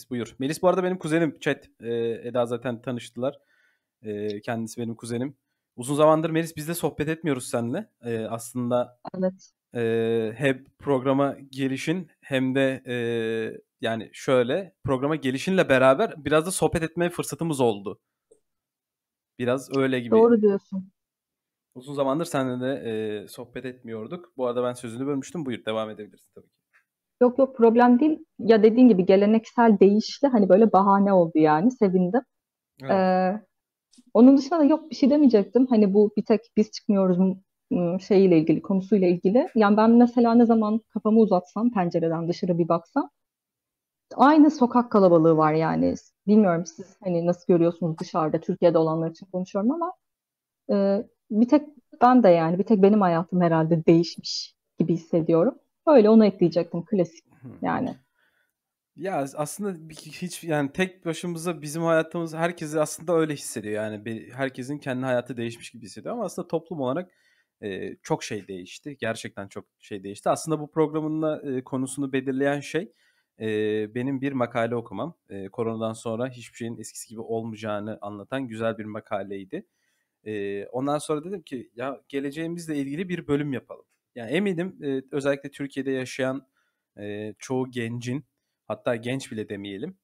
Melis buyur. Melis bu arada benim kuzenim chat. Eda zaten tanıştılar. Kendisi benim kuzenim. Uzun zamandır Melis biz de sohbet etmiyoruz seninle. Aslında Evet. hem programa gelişin hem de yani şöyle programa gelişinle beraber biraz da sohbet etmeye fırsatımız oldu. Biraz öyle gibi. Doğru diyorsun. Uzun zamandır seninle de sohbet etmiyorduk. Bu arada ben sözünü bölmüştüm. Buyur devam edebilirsin tabii ki. Yok yok, problem değil. Ya dediğin gibi geleneksel değişti. Hani böyle bahane oldu yani. Sevindim. Evet. Ee, Onun dışında da yok, bir şey demeyecektim. Hani bu bir tek biz çıkmıyoruz şeyiyle ilgili, konusuyla ilgili. Yani ben mesela ne zaman kafamı uzatsam, pencereden dışarı bir baksam aynı sokak kalabalığı var yani. Bilmiyorum siz hani nasıl görüyorsunuz dışarıda, Türkiye'de olanlar için konuşuyorum ama bir tek ben de yani bir tek benim hayatım herhalde değişmiş gibi hissediyorum. Öyle onu ekleyecektim, klasik yani. Ya aslında hiç yani tek başımıza bizim hayatımız herkesi aslında öyle hissediyor yani herkesin kendi hayatı değişmiş gibi hissediyor ama aslında toplum olarak çok şey değişti. Gerçekten çok şey değişti. Aslında bu programın da konusunu belirleyen şey benim bir makale okumam. Koronadan sonra hiçbir şeyin eskisi gibi olmayacağını anlatan güzel bir makaleydi. Ondan sonra dedim ki ya geleceğimizle ilgili bir bölüm yapalım. Yani eminim özellikle Türkiye'de yaşayan çoğu gencin hatta genç bile demeyelim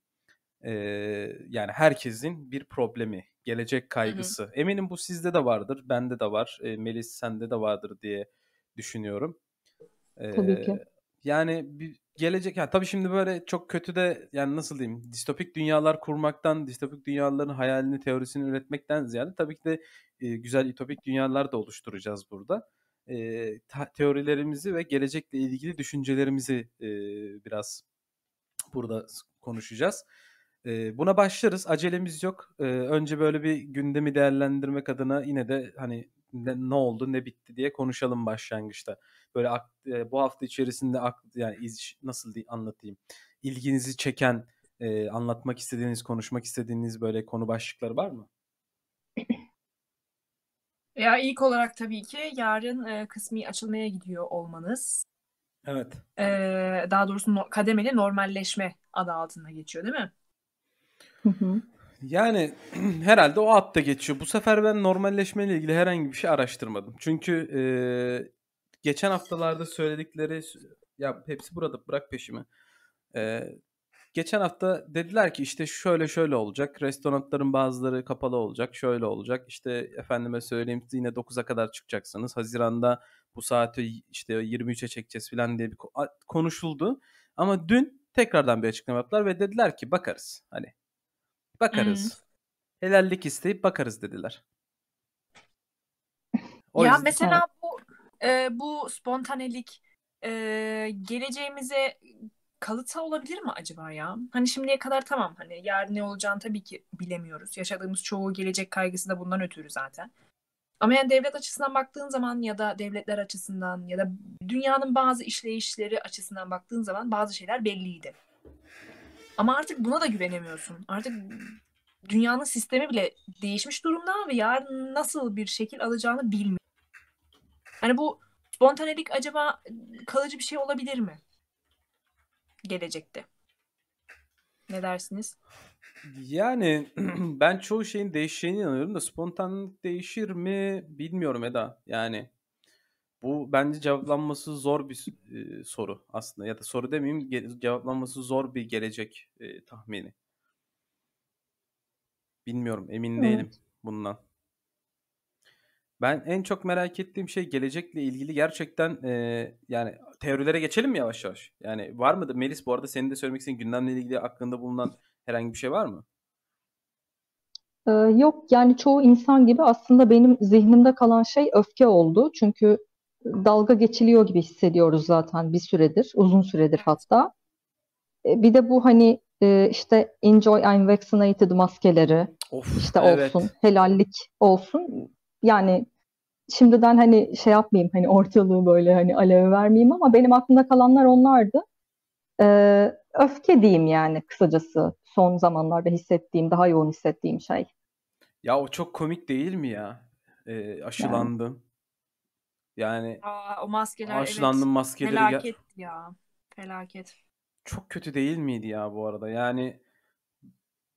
yani herkesin bir problemi, gelecek Hı hı. kaygısı. Eminim bu sizde de vardır, bende de var, Melis sende de vardır diye düşünüyorum. Tabii Ee, ki. Yani bir gelecek ya tabii şimdi böyle çok kötü de yani nasıl diyeyim distopik dünyalar kurmaktan distopik dünyaların hayalini teorisini üretmekten ziyade tabii ki de güzel ütopik dünyalar da oluşturacağız burada. Teorilerimizi ve gelecekle ilgili düşüncelerimizi biraz burada konuşacağız. Buna başlarız. Acelemiz yok. Önce böyle bir gündemi değerlendirmek adına yine de hani ne oldu ne bitti diye konuşalım başlangıçta. Böyle bu hafta içerisinde yani nasıl anlatayım? İlginizi çeken, anlatmak istediğiniz, konuşmak istediğiniz böyle konu başlıkları var mı? Ya ilk olarak tabii ki yarın kısmi açılmaya gidiyor olmanız. Evet. Daha doğrusu kademeli normalleşme adı altında geçiyor değil mi? Hı hı. Yani herhalde o hatta geçiyor. Bu sefer ben normalleşmeyle ilgili herhangi bir şey araştırmadım. Çünkü geçen haftalarda söyledikleri ya hepsi burada bırak peşimi. Eee, Geçen hafta dediler ki işte şöyle şöyle olacak. Restoranların bazıları kapalı olacak. Şöyle olacak. İşte efendime söyleyeyim yine 9'a kadar çıkacaksınız. Haziran'da bu saati işte 23'e çekeceğiz falan diye bir konuşuldu. Ama dün tekrardan bir açıklama yaptılar ve dediler ki bakarız. Hani Hmm. bakarız. Helallik isteyip bakarız dediler. O Ya yüzden Evet. mesela bu spontanelik geleceğimize kalıtsal olabilir mi acaba ya? Hani şimdiye kadar tamam, hani yarın ne olacağını tabii ki bilemiyoruz. Yaşadığımız çoğu gelecek kaygısı da bundan ötürü zaten. Ama yani devlet açısından baktığın zaman ya da devletler açısından ya da dünyanın bazı işleyişleri açısından baktığın zaman bazı şeyler belliydi. Ama artık buna da güvenemiyorsun. Artık dünyanın sistemi bile değişmiş durumda ve yarın nasıl bir şekil alacağını bilmiyor. Hani bu spontanelik acaba kalıcı bir şey olabilir mi gelecekte? Ne dersiniz? yani ben çoğu şeyin değişeceğine inanıyorum da spontanlık değişir mi bilmiyorum Eda. Yani bu bence cevaplanması zor bir soru aslında ya da soru demeyeyim cevaplanması zor bir gelecek tahmini. Bilmiyorum emin değilim Evet. bundan. Ben en çok merak ettiğim şey gelecekle ilgili gerçekten yani teorilere geçelim mi yavaş yavaş? Yani var mıdır? Melis bu arada senin de söylemek istediğin gündemle ilgili aklında bulunan herhangi bir şey var mı? Yok yani çoğu insan gibi aslında benim zihnimde kalan şey öfke oldu. Çünkü dalga geçiliyor gibi hissediyoruz zaten bir süredir, uzun süredir Evet. hatta. Bir de bu hani işte Enjoy I'm Vaccinated maskeleri Of işte olsun, evet. helallik olsun. Yani şimdiden hani şey yapmayayım, hani ortalığı böyle hani aleve vermeyeyim ama benim aklımda kalanlar onlardı. Öfke diyeyim yani kısacası son zamanlarda hissettiğim, daha yoğun hissettiğim şey Ya o çok komik değil mi ya? yani. Aşılandım. Yani O maskeler, evet, aşılandım maskeleri felaket ya. Felaket. çok kötü değil miydi ya bu arada? Yani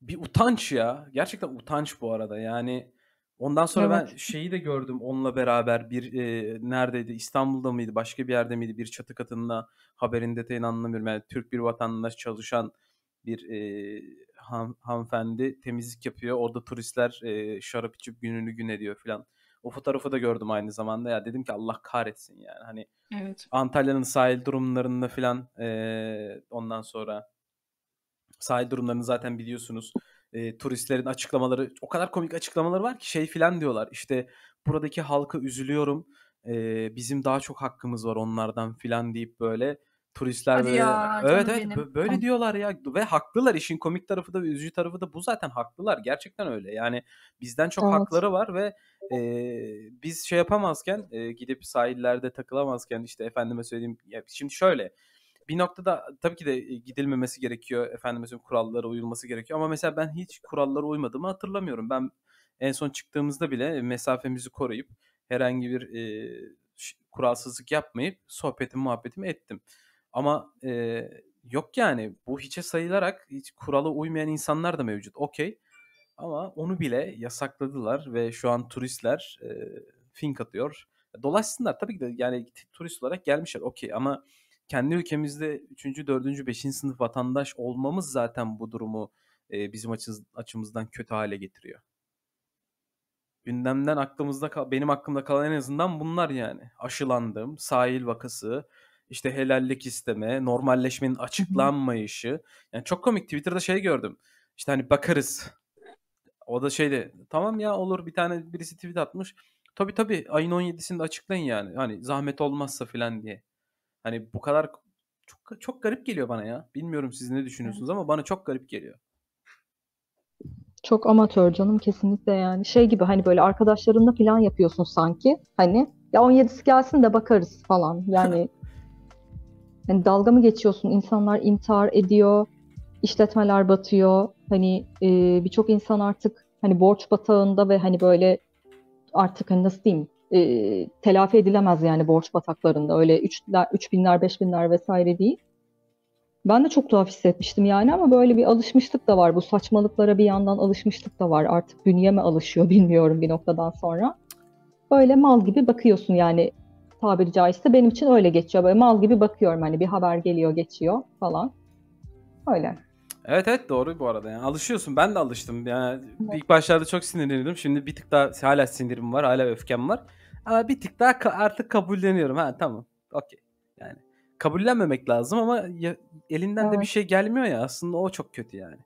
bir utanç ya. Gerçekten utanç bu arada. Yani ondan sonra ben Evet. şeyi de gördüm onunla beraber bir neredeydi? İstanbul'da mıydı? Başka bir yerde miydi? Bir çatı katında haberin detayını anlamıyorum. Yani Türk bir vatandaş çalışan bir hanımefendi temizlik yapıyor. Orada turistler şarap içip gününü gün ediyor falan. O fotoğrafı da gördüm aynı zamanda. Ya dedim ki Allah kahretsin yani. Hani Evet. Antalya'nın sahil durumlarında falan ondan sonra sahil durumlarını zaten biliyorsunuz. Turistlerin açıklamaları o kadar komik açıklamaları var ki şey filan diyorlar. İşte buradaki halka üzülüyorum. Bizim daha çok hakkımız var onlardan filan deyip böyle turistler Hadi böyle ya evet canım evet benim. böyle diyorlar ya ve haklılar. İşin komik tarafı da ve üzücü tarafı da bu zaten haklılar. Gerçekten öyle. Yani bizden çok Evet. hakları var ve biz şey yapamazken gidip sahillerde takılamazken işte efendime söyleyeyim ya şimdi şöyle bir noktada tabii ki de gidilmemesi gerekiyor. Efendime söyleyeyim kurallara uyulması gerekiyor. Ama mesela ben hiç kurallara uymadığımı hatırlamıyorum. Ben en son çıktığımızda bile mesafemizi koruyup herhangi bir kuralsızlık yapmayıp sohbetimi muhabbetimi ettim. Ama yok yani bu hiçe sayılarak hiç kurala uymayan insanlar da mevcut. Okey. Ama onu bile yasakladılar ve şu an turistler fink atıyor. Dolaşsınlar tabii ki de yani turist olarak gelmişler okey ama kendi ülkemizde 3. 4. 5. sınıf vatandaş olmamız zaten bu durumu bizim açımızdan kötü hale getiriyor. Gündemden benim aklımda kalan en azından bunlar yani. Aşılandım, sahil vakası, işte helallik isteme, normalleşmenin Hı hı. açıklanmayışı. Yani çok komik Twitter'da şey gördüm. İşte hani bakarız. O da şeyde tamam ya olur bir tane birisi tweet atmış. Tabii tabii ayın 17'sinde açıklayın yani. Hani zahmet olmazsa falan diye. Hani bu kadar çok çok garip geliyor bana ya. Bilmiyorum siz ne düşünüyorsunuz Evet. ama bana çok garip geliyor. Çok amatör canım kesinlikle yani. Şey gibi hani böyle arkadaşlarınla plan yapıyorsun sanki. Hani ya 17'si gelsin de bakarız falan. Yani hani dalga mı geçiyorsun? İnsanlar intihar ediyor, işletmeler batıyor. Hani birçok insan artık hani borç batağında ve hani böyle artık hani nasıl diyeyim telafi edilemez yani borç bataklarında. Öyle 3 binler 5 binler vesaire değil. Ben de çok tuhaf hissetmiştim yani ama böyle bir alışmışlık da var. Bu saçmalıklara bir yandan alışmışlık da var. Artık bünye mi alışıyor bilmiyorum bir noktadan sonra. Böyle mal gibi bakıyorsun yani tabiri caizse benim için öyle geçiyor. Böyle mal gibi bakıyorum hani bir haber geliyor geçiyor falan. Öyle. Evet evet doğru bu arada yani alışıyorsun ben de alıştım yani ilk başlarda çok sinirleniyordum şimdi bir tık daha hala sinirim var hala öfkem var ama bir tık daha artık kabulleniyorum ha tamam okey yani kabullenmemek lazım ama elinden de bir Evet. şey gelmiyor ya aslında o çok kötü yani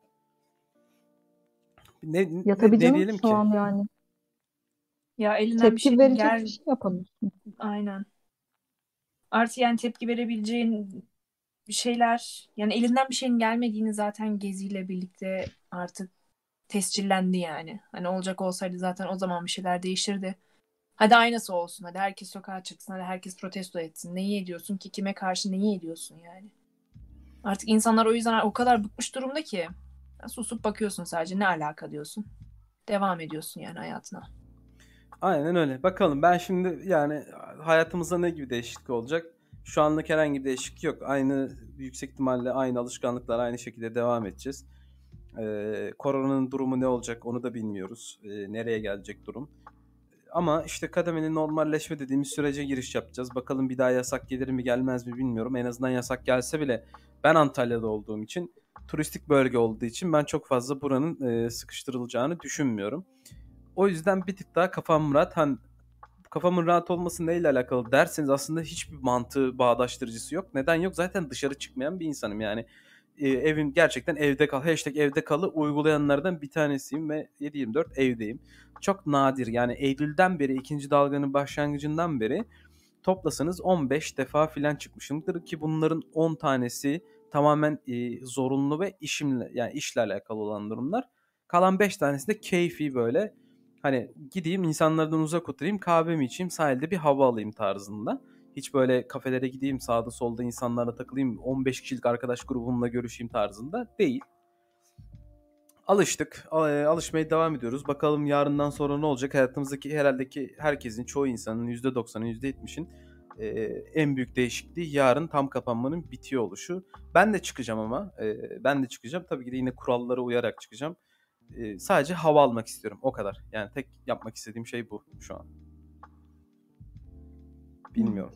Ya tabii ne canım diyelim şu ki an yani Ya elinden bir şey tepki verecek bir gel. şey yapamıyorsun. Aynen. Artı yani tepki verebileceğin bir şeyler yani elinden bir şeyin gelmediğini zaten Gezi'yle birlikte artık tescillendi yani. Hani olacak olsaydı zaten o zaman bir şeyler değişirdi. Hadi aynısı olsun. Hadi herkes sokağa çıksın. Hadi herkes protesto etsin. Neyi ediyorsun ki? Kime karşı neyi ediyorsun yani? Artık insanlar o yüzden o kadar bıkmış durumda ki. Ya susup bakıyorsun sadece. Ne alaka diyorsun. Devam ediyorsun yani hayatına. aynen öyle. Bakalım ben şimdi yani hayatımızda ne gibi değişiklik olacak? Şu anlık herhangi bir değişiklik yok. Aynı yüksek ihtimalle aynı alışkanlıklar aynı şekilde devam edeceğiz. Koronanın durumu ne olacak onu da bilmiyoruz. Nereye gelecek durum. Ama işte kademeli normalleşme dediğimiz sürece giriş yapacağız. Bakalım bir daha yasak gelir mi gelmez mi bilmiyorum. En azından yasak gelse bile ben Antalya'da olduğum için turistik bölge olduğu için ben çok fazla buranın sıkıştırılacağını düşünmüyorum. O yüzden bir tık daha kafam rahat. Hani kafamın rahat olması neyle alakalı derseniz aslında hiçbir mantığı bağdaştırıcısı yok. Neden yok? Zaten dışarı çıkmayan bir insanım yani. Evim gerçekten evde kal. Hashtag evde kalı uygulayanlardan bir tanesiyim ve 7/24 evdeyim. Çok nadir yani Eylül'den beri ikinci dalganın başlangıcından beri toplasanız 15 defa filan çıkmışımdır ki bunların 10 tanesi tamamen zorunlu ve işle alakalı olan durumlar. Kalan 5 tanesi de keyfi böyle hani gideyim insanlardan uzak oturayım kahvemi içeyim sahilde bir hava alayım tarzında. Hiç böyle kafelere gideyim sağda solda insanlarla takılayım 15 kişilik arkadaş grubumla görüşeyim tarzında değil. Alıştık. Alışmaya devam ediyoruz. Bakalım yarından sonra ne olacak? Hayatımızdaki herhalde ki herkesin, çoğu insanın %90'ın, %70'in en büyük değişikliği yarın tam kapanmanın bitiyor oluşu. Ben de çıkacağım ama. Ben de çıkacağım. Tabii ki de yine kurallara uyarak çıkacağım. Sadece hava almak istiyorum. O kadar. Yani tek yapmak istediğim şey bu şu an. Bilmiyorum.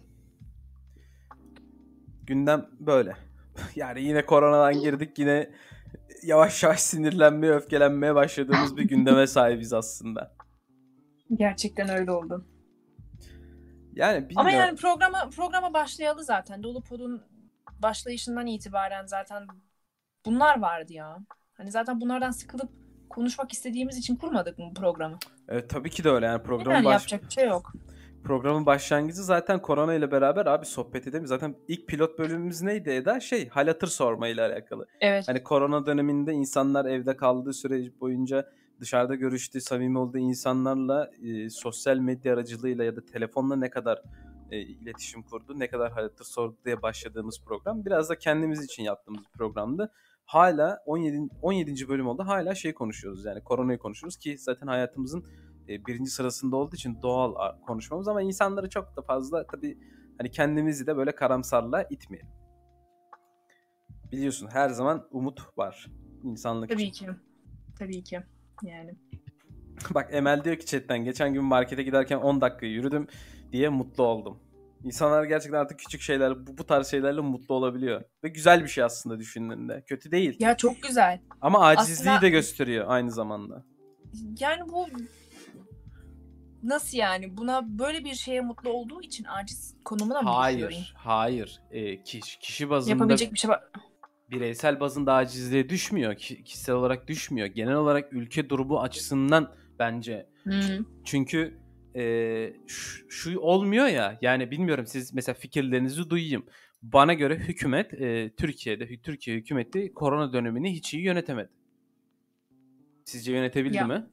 Gündem böyle. Yani yine koronadan girdik. Yine yavaş yavaş sinirlenmeye, öfkelenmeye başladığımız bir gündeme sahibiz aslında. Gerçekten öyle oldu. Yani Ama bilmiyorum. yani programa başlayalı zaten. Dolu Pod'un başlayışından itibaren zaten bunlar vardı ya. Hani zaten bunlardan sıkılıp konuşmak istediğimiz için kurmadık mı bu programı? Evet, tabii ki de öyle. Yani Yani yapacak bir şey yok. Programın başlangıcı zaten korona ile beraber abi sohbet edelim. Zaten ilk pilot bölümümüz neydi Eda? Hal hatır sorma ile alakalı. Evet. Hani korona döneminde insanlar evde kaldığı süre boyunca dışarıda görüştüğü, samimi olduğu insanlarla sosyal medya aracılığıyla ya da telefonla ne kadar iletişim kurdu, ne kadar hal hatır sordu diye başladığımız program. Biraz da kendimiz için yaptığımız bir programdı. Hala 17. bölüm oldu. Hala konuşuyoruz, yani koronayı konuşuyoruz ki zaten hayatımızın birinci sırasında olduğu için doğal konuşmamız, ama insanları çok da fazla tabii hani kendimizi de böyle karamsarlığa itmeyelim. Biliyorsun her zaman umut var insanlık Tabii için. ki. Tabii ki. Yani. Bak Emel diyor ki chatten, geçen gün markete giderken 10 dakika yürüdüm diye mutlu oldum. İnsanlar gerçekten artık küçük şeyler, bu tarz şeylerle mutlu olabiliyor. Ve güzel bir şey aslında düşündüğünde. Kötü değil. Ya çok güzel. Ama acizliği Aslında de gösteriyor aynı zamanda. yani bu nasıl yani? Buna böyle bir şeye mutlu olduğu için aciz konumuna mı düşüyor? Hayır. Kişi bazında Yapabilecek bir şey var. bireysel bazında acizliğe düşmüyor. Kişisel olarak düşmüyor. Genel olarak ülke durumu açısından bence. Çünkü şu olmuyor ya. Yani bilmiyorum, siz mesela fikirlerinizi duyayım. Bana göre hükümet Türkiye hükümeti korona dönemini hiç iyi yönetemedi. Sizce yönetebildi mi?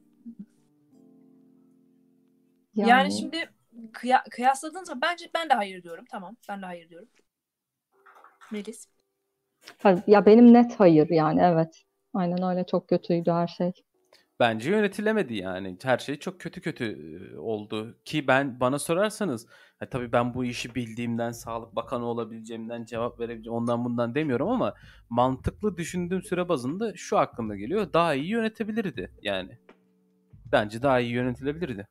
Yani şimdi kıyasladığın zaman bence ben de hayır diyorum. Tamam, ben de hayır diyorum. Melis? Ya benim net hayır yani, evet. Aynen öyle, çok kötüydü her şey. Bence yönetilemedi yani. Her şey çok kötü oldu. Ki bana sorarsanız tabii ben bu işi bildiğimden, Sağlık Bakanı olabileceğimden, cevap verebileceğim, ondan bundan demiyorum, ama mantıklı düşündüğüm süre bazında şu aklıma geliyor. Daha iyi yönetebilirdi yani. Bence daha iyi yönetilebilirdi.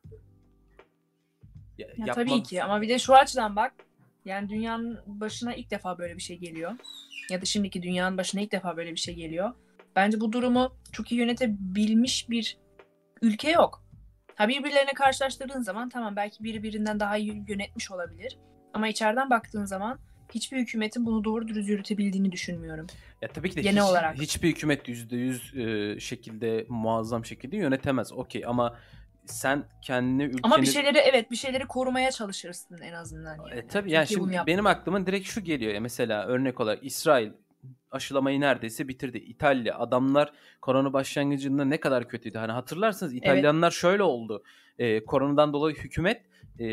Tabii ki, ama bir de şu açıdan bak. Yani dünyanın başına ilk defa böyle bir şey geliyor. Ya da şimdiki dünyanın başına ilk defa böyle bir şey geliyor. Bence bu durumu çok iyi yönetebilmiş bir ülke yok. Birbirlerine karşılaştırdığın zaman tamam, belki biri birinden daha iyi yönetmiş olabilir. Ama içeriden baktığın zaman hiçbir hükümetin bunu doğru dürüst yürütebildiğini düşünmüyorum. Ya tabii ki de genel olarak. Hiçbir hükümet %100 şekilde, muazzam şekilde yönetemez. Okey, ama sen kendini, ülkeni... Ama bir şeyleri korumaya çalışırsın en azından yani. Tabii yani şimdi benim aklıma direkt şu geliyor ya, mesela örnek olarak İsrail aşılamayı neredeyse bitirdi. İtalya, adamlar korona başlangıcında ne kadar kötüydü. Hani hatırlarsınız, İtalyanlar şöyle oldu. Koronadan dolayı hükümet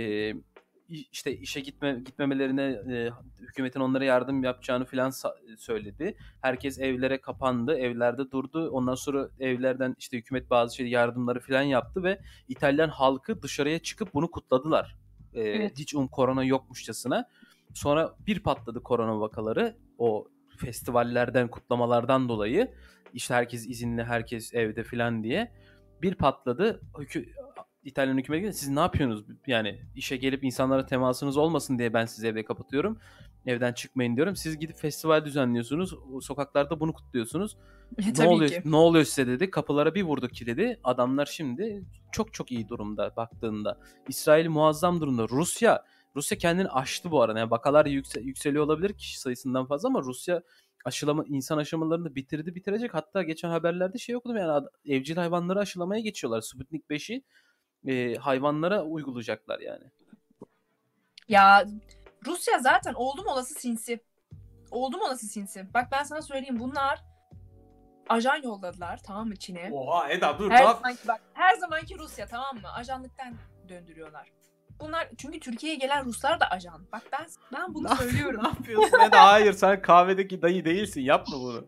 işte işe gitmemelerine, hükümetin onlara yardım yapacağını falan söyledi. Herkes evlere kapandı, evlerde durdu. Ondan sonra evlerden işte hükümet bazı yardımları falan yaptı ve İtalyan halkı dışarıya çıkıp bunu kutladılar. Hiç korona yokmuşçasına. Sonra bir patladı korona vakaları. O festivallerden, kutlamalardan dolayı. İşte herkes izinli, herkes evde falan diye. Bir patladı. İtalyan hükümeti dedi, siz ne yapıyorsunuz? Yani işe gelip insanlara temasınız olmasın diye ben sizi evde kapatıyorum. Evden çıkmayın diyorum. Siz gidip festival düzenliyorsunuz. Sokaklarda bunu kutluyorsunuz. Ne oluyor size dedi. Kapılara bir vurduk kilidi. Adamlar şimdi çok çok iyi durumda baktığında. İsrail muazzam durumda. Rusya kendini aştı bu arada. Yani vakalar yükseliyor olabilir kişi sayısından fazla, ama Rusya insan aşılamalarını bitirecek. Hatta geçen haberlerde okudum, yani evcil hayvanları aşılamaya geçiyorlar. Sputnik 5'i hayvanlara uygulayacaklar yani. Ya Rusya zaten oldum olası sinsi. Bak ben sana söyleyeyim, bunlar ajan yolladılar, tamam mı, Çin'e? Oha Eda dur. Her zamanki Rusya, tamam mı? Ajanlıktan döndürüyorlar. Bunlar çünkü Türkiye'ye gelen Ruslar da ajan. Bak ben bunu söylüyorum. Ne yapıyorsun Eda? Hayır, sen kahvedeki dayı değilsin. Yapma bunu.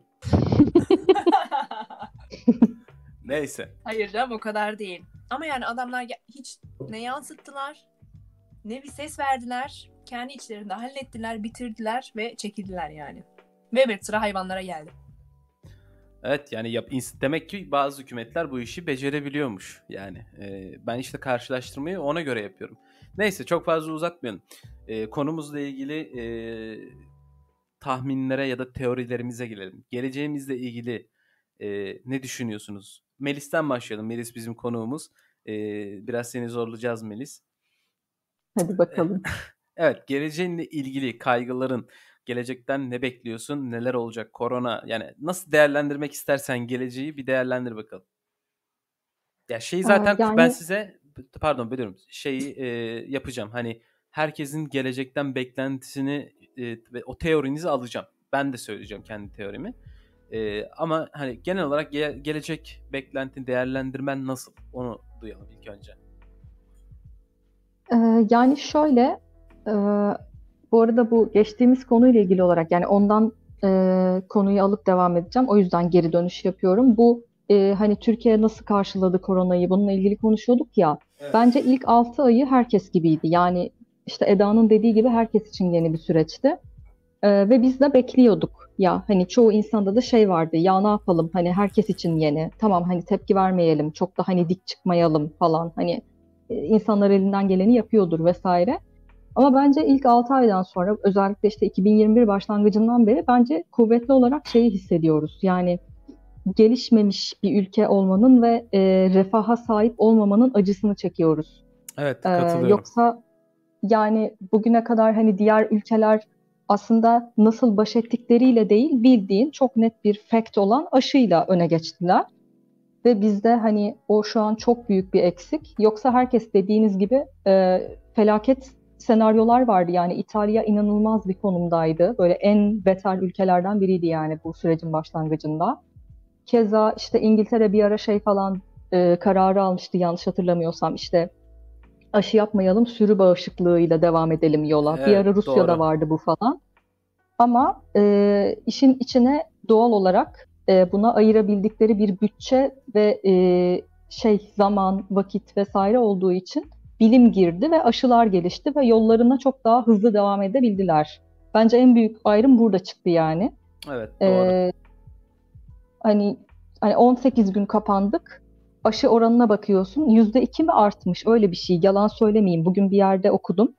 Neyse. Hayır canım, o kadar değil. Ama yani adamlar hiç ne yansıttılar, ne bir ses verdiler. Kendi içlerinde hallettiler, bitirdiler ve çekildiler yani. Ve bir sıra hayvanlara geldi. Evet yani demek ki bazı hükümetler bu işi becerebiliyormuş. Yani ben işte karşılaştırmayı ona göre yapıyorum. Neyse çok fazla uzatmayalım. Konumuzla ilgili tahminlere ya da teorilerimize gelelim. Geleceğimizle ilgili ne düşünüyorsunuz? Melis'ten başlayalım. Melis bizim konuğumuz. Biraz seni zorlayacağız Melis. Hadi bakalım. Evet, geleceğinle ilgili kaygıların, gelecekten ne bekliyorsun, neler olacak, korona, yani nasıl değerlendirmek istersen geleceği bir değerlendir bakalım. Ya zaten ben Yani size, pardon bölüyorum, yapacağım. Hani herkesin gelecekten beklentisini ve o teorinizi alacağım. Ben de söyleyeceğim kendi teorimi. Ama hani genel olarak gelecek beklentin, değerlendirmen nasıl? Onu duyalım ilk önce. yani şöyle, e, bu arada bu geçtiğimiz konuyla ilgili olarak yani ondan konuyu alıp devam edeceğim. O yüzden geri dönüş yapıyorum. Bu hani Türkiye nasıl karşıladı koronayı bununla ilgili konuşuyorduk ya. Evet. Bence ilk 6 ayı herkes gibiydi. Yani işte Eda'nın dediği gibi herkes için yeni bir süreçti. Ve biz de bekliyorduk. Ya hani çoğu insanda da şey vardı. Ya ne yapalım? Hani herkes için yeni. Tamam hani tepki vermeyelim. Çok da hani dik çıkmayalım falan. Hani insanlar elinden geleni yapıyordur vesaire. Ama bence ilk 6 aydan sonra özellikle işte 2021 başlangıcından beri bence kuvvetli olarak şeyi hissediyoruz. Yani gelişmemiş bir ülke olmanın ve refaha sahip olmamanın acısını çekiyoruz. Evet, katılıyorum. Yoksa yani bugüne kadar hani diğer ülkeler aslında nasıl baş ettikleriyle değil bildiğin çok net bir fact olan aşıyla öne geçtiler. Ve bizde hani o şu an çok büyük bir eksik. Yoksa herkes dediğiniz gibi felaket senaryolar vardı. Yani İtalya inanılmaz bir konumdaydı. Böyle en beter ülkelerden biriydi yani bu sürecin başlangıcında. Keza işte İngiltere bir ara şey falan kararı almıştı yanlış hatırlamıyorsam işte aşı yapmayalım sürü bağışıklığıyla devam edelim yola. Bir Evet, ara Rusya'da doğru. vardı bu falan. Ama işin içine doğal olarak buna ayırabildikleri bir bütçe ve zaman, vakit vesaire olduğu için bilim girdi ve aşılar gelişti ve yollarına çok daha hızlı devam edebildiler. Bence en büyük ayrım burada çıktı yani. Evet, doğru. E, hani 18 gün kapandık. Aşı oranına bakıyorsun. %2 mi artmış? Öyle bir şey. Yalan söylemeyeyim. Bugün bir yerde okudum.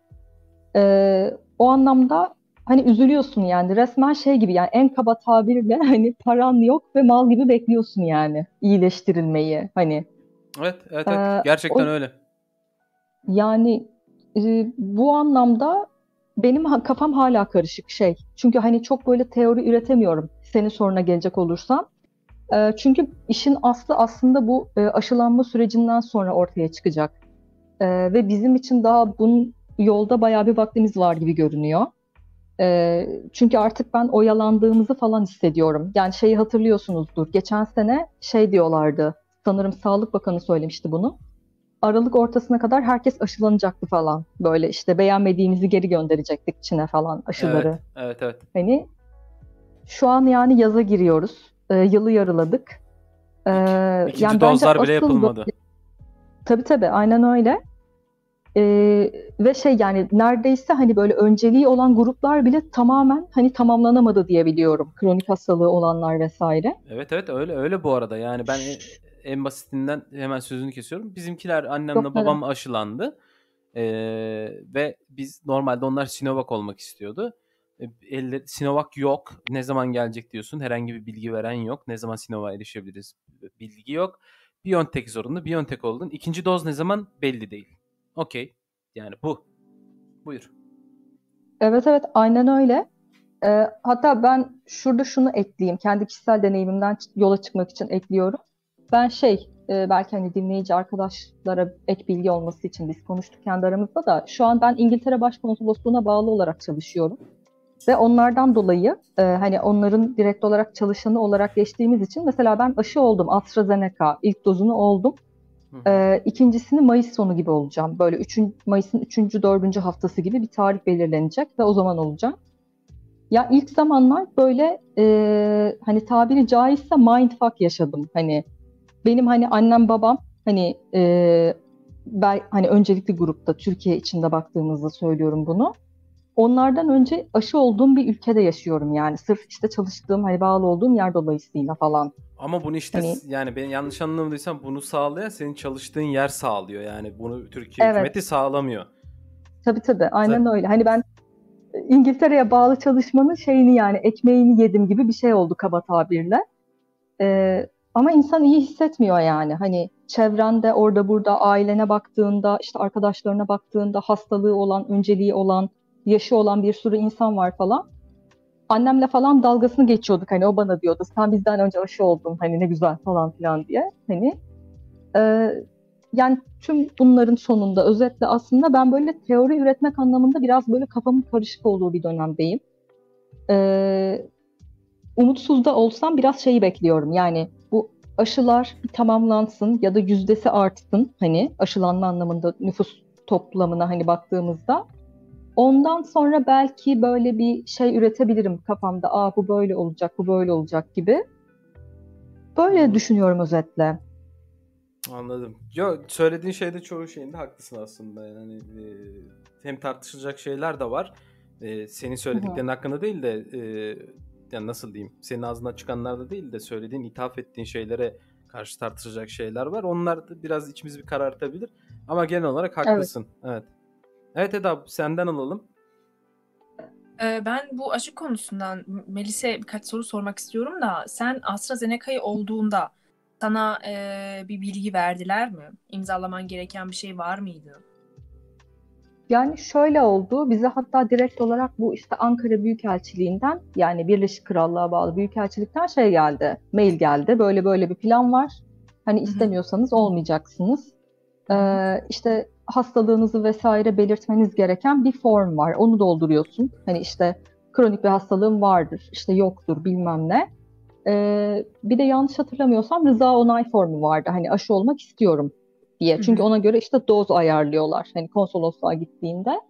O anlamda hani üzülüyorsun yani resmen şey gibi yani en kaba tabirle hani paran yok ve mal gibi bekliyorsun yani iyileştirilmeyi hani. Evet, evet, evet. Ee, Gerçekten o öyle. yani bu anlamda benim kafam hala karışık şey. Çünkü hani çok böyle teori üretemiyorum senin soruna gelecek olursam. Çünkü işin aslı aslında bu aşılanma sürecinden sonra ortaya çıkacak. Ve bizim için daha bunun yolda bayağı bir vaktimiz var gibi görünüyor. Çünkü artık ben oyalandığımızı falan hissediyorum. Yani şeyi hatırlıyorsunuzdur. Geçen sene şey diyorlardı. Sanırım Sağlık Bakanı söylemişti bunu. Aralık ortasına kadar herkes aşılanacaktı falan. Böyle işte beğenmediğimizi geri gönderecektik Çin'e falan aşıları. Evet, evet, evet. Hani şu an yani yaza giriyoruz. Yılı yarıladık. Ee, İkinci yani bence dozlar bile asıl yapılmadı. tabii aynen öyle. Ve şey yani neredeyse hani böyle önceliği olan gruplar bile tamamen hani tamamlanamadı diye biliyorum. Kronik hastalığı olanlar vesaire. Evet, evet, öyle bu arada. Yani ben en basitinden hemen sözünü kesiyorum. Bizimkiler Yok annemle neden? babam aşılandı. Ve biz normalde onlar Sinovac olmak istiyordu. Sinovac yok. Ne zaman gelecek diyorsun. Herhangi bir bilgi veren yok. Ne zaman Sinovac'a erişebiliriz? Bilgi yok. BioNTech zorunlu. BioNTech oldun. İkinci doz ne zaman belli değil. Okey. Yani bu. Buyur. Evet aynen öyle. Hatta ben şurada şunu ekleyeyim. Kendi kişisel deneyimimden yola çıkmak için ekliyorum. Ben belki hani dinleyici arkadaşlara ek bilgi olması için biz konuştuk kendi aramızda da şu an ben İngiltere Başkonsolosluğu'na bağlı olarak çalışıyorum. Ve onlardan dolayı hani onların direkt olarak çalışanı olarak geçtiğimiz için mesela ben aşı oldum AstraZeneca ilk dozunu oldum. İkincisini Mayıs sonu gibi olacağım. Böyle Mayıs'ın 3. 4. haftası gibi bir tarih belirlenecek ve o zaman olacağım. Ya ilk zamanlar böyle hani tabiri caizse mindfuck yaşadım. Hani benim hani annem babam hani hani öncelikli grupta Türkiye içinde baktığımızda söylüyorum bunu. onlardan önce aşı olduğum bir ülkede yaşıyorum yani. Sırf işte çalıştığım, hani bağlı olduğum yer dolayısıyla falan. Ama bunu işte Hani yani ben yanlış anlamadıysam bunu sağlayan senin çalıştığın yer sağlıyor. Yani bunu Türkiye hükümeti evet, sağlamıyor. tabii aynen Zaten öyle. Hani ben İngiltere'ye bağlı çalışmanın şeyini, yani ekmeğini yedim gibi bir şey oldu kaba tabirle. Ama insan iyi hissetmiyor yani. Hani çevrende, orada burada, ailene baktığında, işte arkadaşlarına baktığında, hastalığı olan, önceliği olan, yaşı olan bir sürü insan var falan. Annemle falan dalgasını geçiyorduk. Hani o bana diyordu, sen bizden önce aşı oldun, hani ne güzel falan filan diye. Hani e, yani tüm bunların sonunda özetle aslında ben böyle teori üretmek anlamında biraz böyle kafamın karışık olduğu bir dönemdeyim. E, Umutsuz da olsam biraz şeyi bekliyorum. Yani bu aşılar bir tamamlansın ya da yüzdesi artsın, hani aşılanma anlamında nüfus toplamına hani baktığımızda. Ondan sonra belki böyle bir şey üretebilirim kafamda. Aa, bu böyle olacak, bu böyle olacak gibi. Böyle düşünüyorum özetle. anladım. Yo, söylediğin şeyde çoğu şeyinde haklısın aslında. Yani hem tartışılacak şeyler de var. Senin Hı hı. söylediklerin hakkında değil de yani nasıl diyeyim? Senin ağzından çıkanlar da değil de söylediğin, ithaf ettiğin şeylere karşı tartışılacak şeyler var. Onlar da biraz içimizi bir karartabilir. Ama genel olarak Evet. haklısın. Evet. Evet Eda, senden alalım. Ben bu aşı konusundan Melis'e birkaç soru sormak istiyorum da sen AstraZeneca'yı olduğunda sana bir bilgi verdiler mi? İmzalaman gereken bir şey var mıydı? Yani şöyle oldu. Bize hatta direkt olarak bu işte Ankara Büyükelçiliğinden, yani Birleşik Krallığa bağlı Büyükelçilikten şey geldi. Mail geldi. Böyle böyle bir plan var. Hani Hı hı. istemiyorsanız olmayacaksınız. Hı hı. İşte hastalığınızı vesaire belirtmeniz gereken bir form var. Onu dolduruyorsun. Hani işte kronik bir hastalığım vardır, işte yoktur, bilmem ne. Bir de yanlış hatırlamıyorsam rıza onay formu vardı. Hani aşı olmak istiyorum diye. Hı Çünkü hı. ona göre işte doz ayarlıyorlar. Hani konsolosluğa gittiğinde.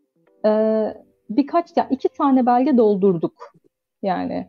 Birkaç, ya iki tane belge doldurduk. Yani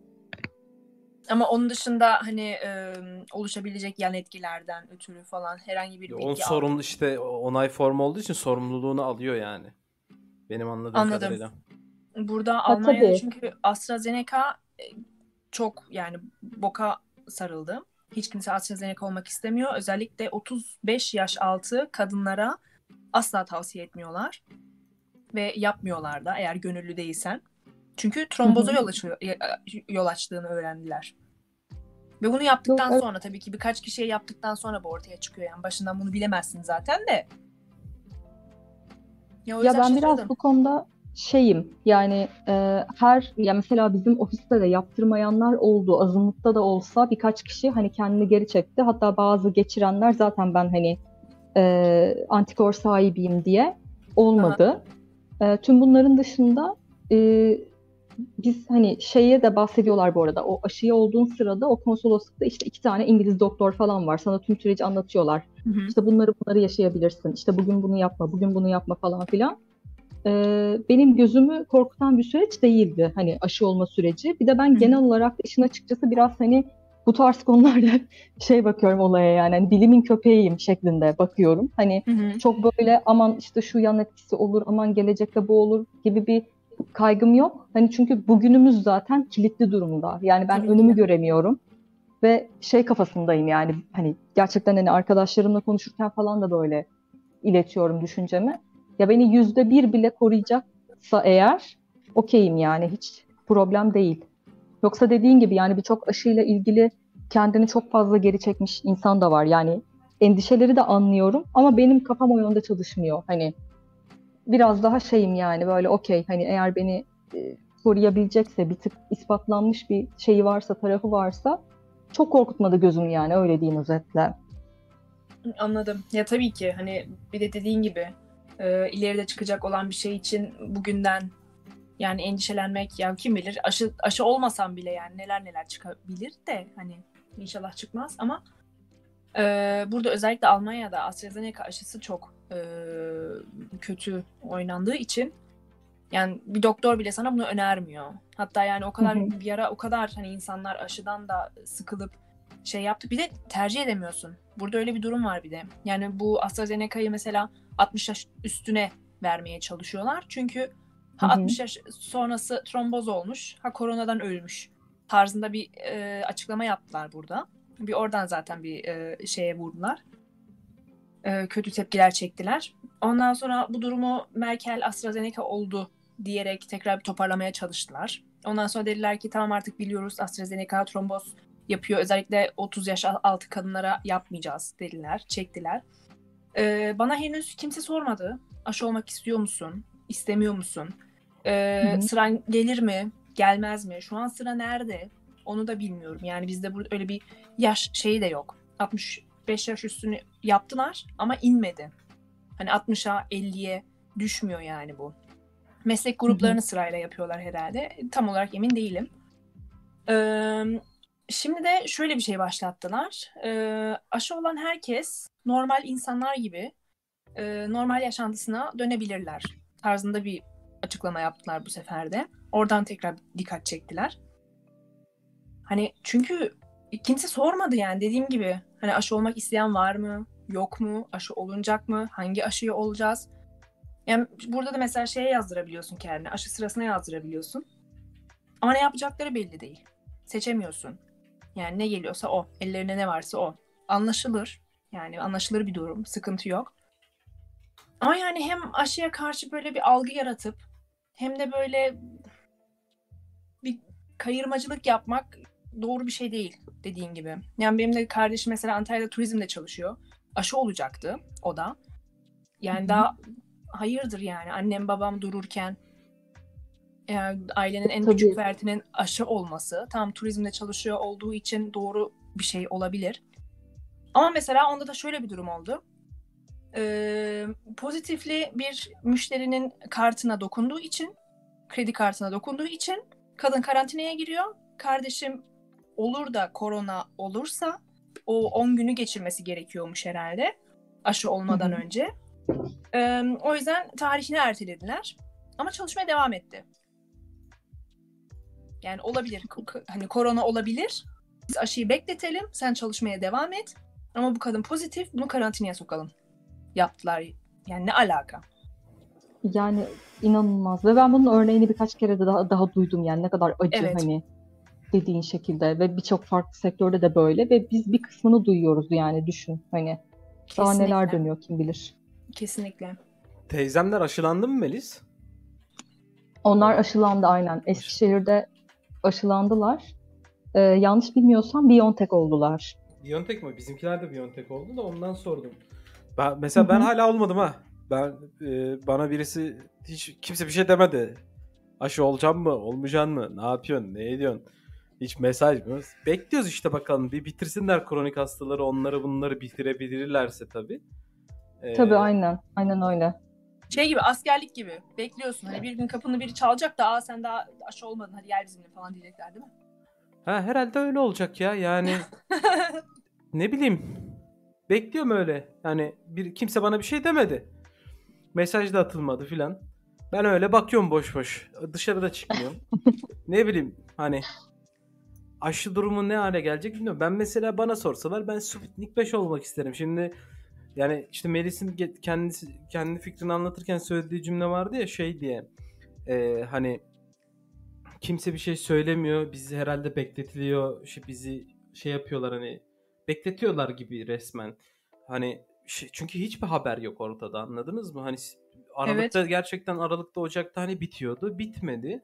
Ama onun dışında hani oluşabilecek yan etkilerden ötürü falan herhangi bir Onun bilgi aldın sorumlu mı? işte onay formu olduğu için sorumluluğunu alıyor yani. Benim anladığım Anladım. kadarıyla. Burada ha Almanya'da tabii. çünkü AstraZeneca çok yani boka sarıldı. Hiç kimse AstraZeneca olmak istemiyor. Özellikle 35 yaş altı kadınlara asla tavsiye etmiyorlar. Ve yapmıyorlar da eğer gönüllü değilsen. Çünkü Hı tromboza hı. yol açtığını öğrendiler. Ve bunu Yok, yaptıktan evet. sonra tabii ki birkaç kişiye yaptıktan sonra bu ortaya çıkıyor. Yani başından bunu bilemezsin zaten de. Ya o Ya yüzden ben biraz şaşırdım. bu konuda şeyim yani, ya mesela bizim ofiste de yaptırmayanlar oldu. Azınlıkta da olsa birkaç kişi hani kendini geri çekti. Hatta bazı geçirenler zaten ben hani antikor sahibiyim diye Aha. olmadı. Tüm bunların dışında e, biz hani şeye de bahsediyorlar bu arada. O aşıya olduğun sırada o konsoloslukta işte iki tane İngiliz doktor falan var. Sana tüm süreci anlatıyorlar. Hı hı. İşte bunları yaşayabilirsin. İşte bugün bunu yapma, bugün bunu yapma falan filan. Benim gözümü korkutan bir süreç değildi hani aşı olma süreci. Bir de ben Hı hı. genel olarak da işin açıkçası biraz hani bu tarz konularda şey bakıyorum olaya, yani hani bilimin köpeğiyim şeklinde bakıyorum. Hani Hı hı. çok böyle aman işte şu yan etkisi olur, aman gelecekte bu olur gibi bir kaygım yok. Hani çünkü bugünümüz zaten kilitli durumda. Yani ben Tabii ki. önümü göremiyorum ve şey kafasındayım, yani hani gerçekten hani arkadaşlarımla konuşurken falan da böyle iletiyorum düşüncemi. Ya beni %1 bile koruyacaksa eğer okeyim, yani hiç problem değil. Yoksa dediğin gibi yani birçok aşıyla ilgili kendini çok fazla geri çekmiş insan da var. Yani endişeleri de anlıyorum ama benim kafam o yönde çalışmıyor. Hani biraz daha şeyim yani, böyle okey, hani eğer beni koruyabilecekse, bir tık ispatlanmış bir şeyi varsa, tarafı varsa çok korkutmadı gözüm, yani öyle diyeyim özetle. Anladım. Ya tabii ki hani bir de dediğin gibi ileride çıkacak olan bir şey için bugünden yani endişelenmek, ya kim bilir aşı olmasam bile yani neler çıkabilir de hani inşallah çıkmaz ama burada özellikle Almanya'da AstraZeneca aşısı çok kötü oynandığı için yani bir doktor bile sana bunu önermiyor. Hatta yani o Hı kadar hı. bir ara o kadar hani insanlar aşıdan da sıkılıp şey yaptı. Bir de tercih edemiyorsun. Burada öyle bir durum var bir de. Yani bu AstraZeneca'yı mesela 60 yaş üstüne vermeye çalışıyorlar. Çünkü Hı hı. 60 yaş sonrası tromboz olmuş, ha koronadan ölmüş tarzında bir açıklama yaptılar burada. Bir oradan zaten bir şeye vurdular. Kötü tepkiler çektiler. Ondan sonra bu durumu Merkel AstraZeneca oldu diyerek tekrar bir toparlamaya çalıştılar. Ondan sonra dediler ki tamam artık biliyoruz AstraZeneca tromboz yapıyor. Özellikle 30 yaş altı kadınlara yapmayacağız dediler, çektiler. Bana henüz kimse sormadı. Aşı olmak istiyor musun? İstemiyor musun? Hı hı. Sıran gelir mi? Gelmez mi? Şu an sıra nerede? Onu da bilmiyorum. Yani bizde burada öyle bir yaş şeyi de yok. 65 yaş üstünü yaptılar ama inmedi. Hani 60'a 50'ye düşmüyor yani bu. Meslek Hı hı. gruplarını sırayla yapıyorlar herhalde. Tam olarak emin değilim. Şimdi de şöyle bir şey başlattılar. Aşı olan herkes normal insanlar gibi normal yaşantısına dönebilirler tarzında bir açıklama yaptılar bu sefer de. Oradan tekrar dikkat çektiler. Hani çünkü kimse sormadı yani dediğim gibi. Hani aşı olmak isteyen var mı? Yok mu? Aşı olunacak mı? Hangi aşıyı olacağız? Yani burada da mesela şeye yazdırabiliyorsun kendini. Aşı sırasına yazdırabiliyorsun. Ama ne yapacakları belli değil. Seçemiyorsun. Yani ne geliyorsa o. Ellerine ne varsa o. Anlaşılır. Yani anlaşılır bir durum. Sıkıntı yok. Ama yani hem aşıya karşı böyle bir algı yaratıp hem de böyle bir kayırmacılık yapmak doğru bir şey değil dediğin gibi. Yani benim de kardeşim mesela Antalya'da turizmde çalışıyor. Aşı olacaktı o da. Hı Yani hı. daha hayırdır yani annem babam dururken ailenin en küçük Tabii. fertinin aşı olması tam turizmde çalışıyor olduğu için doğru bir şey olabilir. Ama mesela onda da şöyle bir durum oldu. Pozitifli bir müşterinin kartına dokunduğu için, kredi kartına dokunduğu için kadın karantinaya giriyor. Kardeşim olur da korona olursa o 10 günü geçirmesi gerekiyormuş herhalde aşı Hı olmadan hı. önce. O yüzden tarihini ertelediler. Ama çalışmaya devam etti. Yani olabilir. Hani korona olabilir. Biz aşıyı bekletelim. Sen çalışmaya devam et. Ama bu kadın pozitif. Bunu karantinaya sokalım. Yaptılar. Yani ne alaka? Yani inanılmaz ve ben bunun örneğini birkaç kere de daha duydum yani ne kadar acı Evet. hani dediğin şekilde ve birçok farklı sektörde de böyle ve biz bir kısmını duyuyoruz yani düşün hani daha neler Kesinlikle. dönüyor kim bilir. Kesinlikle. Teyzemler aşılandı mı Melis? Onlar O aşılandı aynen. Eskişehir'de aşılandılar. Yanlış bilmiyorsam BioNTech oldular. BioNTech mi? Bizimkiler de BioNTech oldu da ondan sordum. Ben Hı mesela ben hı. hala olmadım ha. Bana birisi hiç kimse bir şey demedi. Aşı olacağım mı? Olmayacaksın mı? Ne yapıyorsun? Ne ediyorsun? Hiç mesaj mı? Bekliyoruz işte bakalım. Bir bitirsinler kronik hastaları. Onları bunları bitirebilirlerse tabii. Tabii Ee, aynen. Aynen öyle. Şey gibi askerlik gibi. Bekliyorsun. Hani bir gün kapını biri çalacak da sen daha aşı olmadın hadi gel bizimle falan diyecekler değil mi? herhalde öyle olacak ya. Yani ne bileyim. Bekliyorum öyle. Yani kimse bana bir şey demedi. Mesaj da atılmadı filan. Ben öyle bakıyorum boş boş. Dışarıda çıkmıyorum. Ne bileyim hani aşı durumu ne hale gelecek bilmiyorum. Ben mesela bana sorsalar ben Sputnik 5 olmak isterim. Şimdi yani işte Melis'in kendi fikrini anlatırken söylediği cümle vardı ya şey diye. Hani kimse bir şey söylemiyor. Bizi herhalde bekletiliyor. Bizi şey yapıyorlar hani bekletiyorlar gibi resmen. Hani çünkü hiçbir haber yok ortada anladınız mı? Hani Evet. Aralıkta gerçekten Aralıkta Ocak'ta hani bitiyordu. Bitmedi.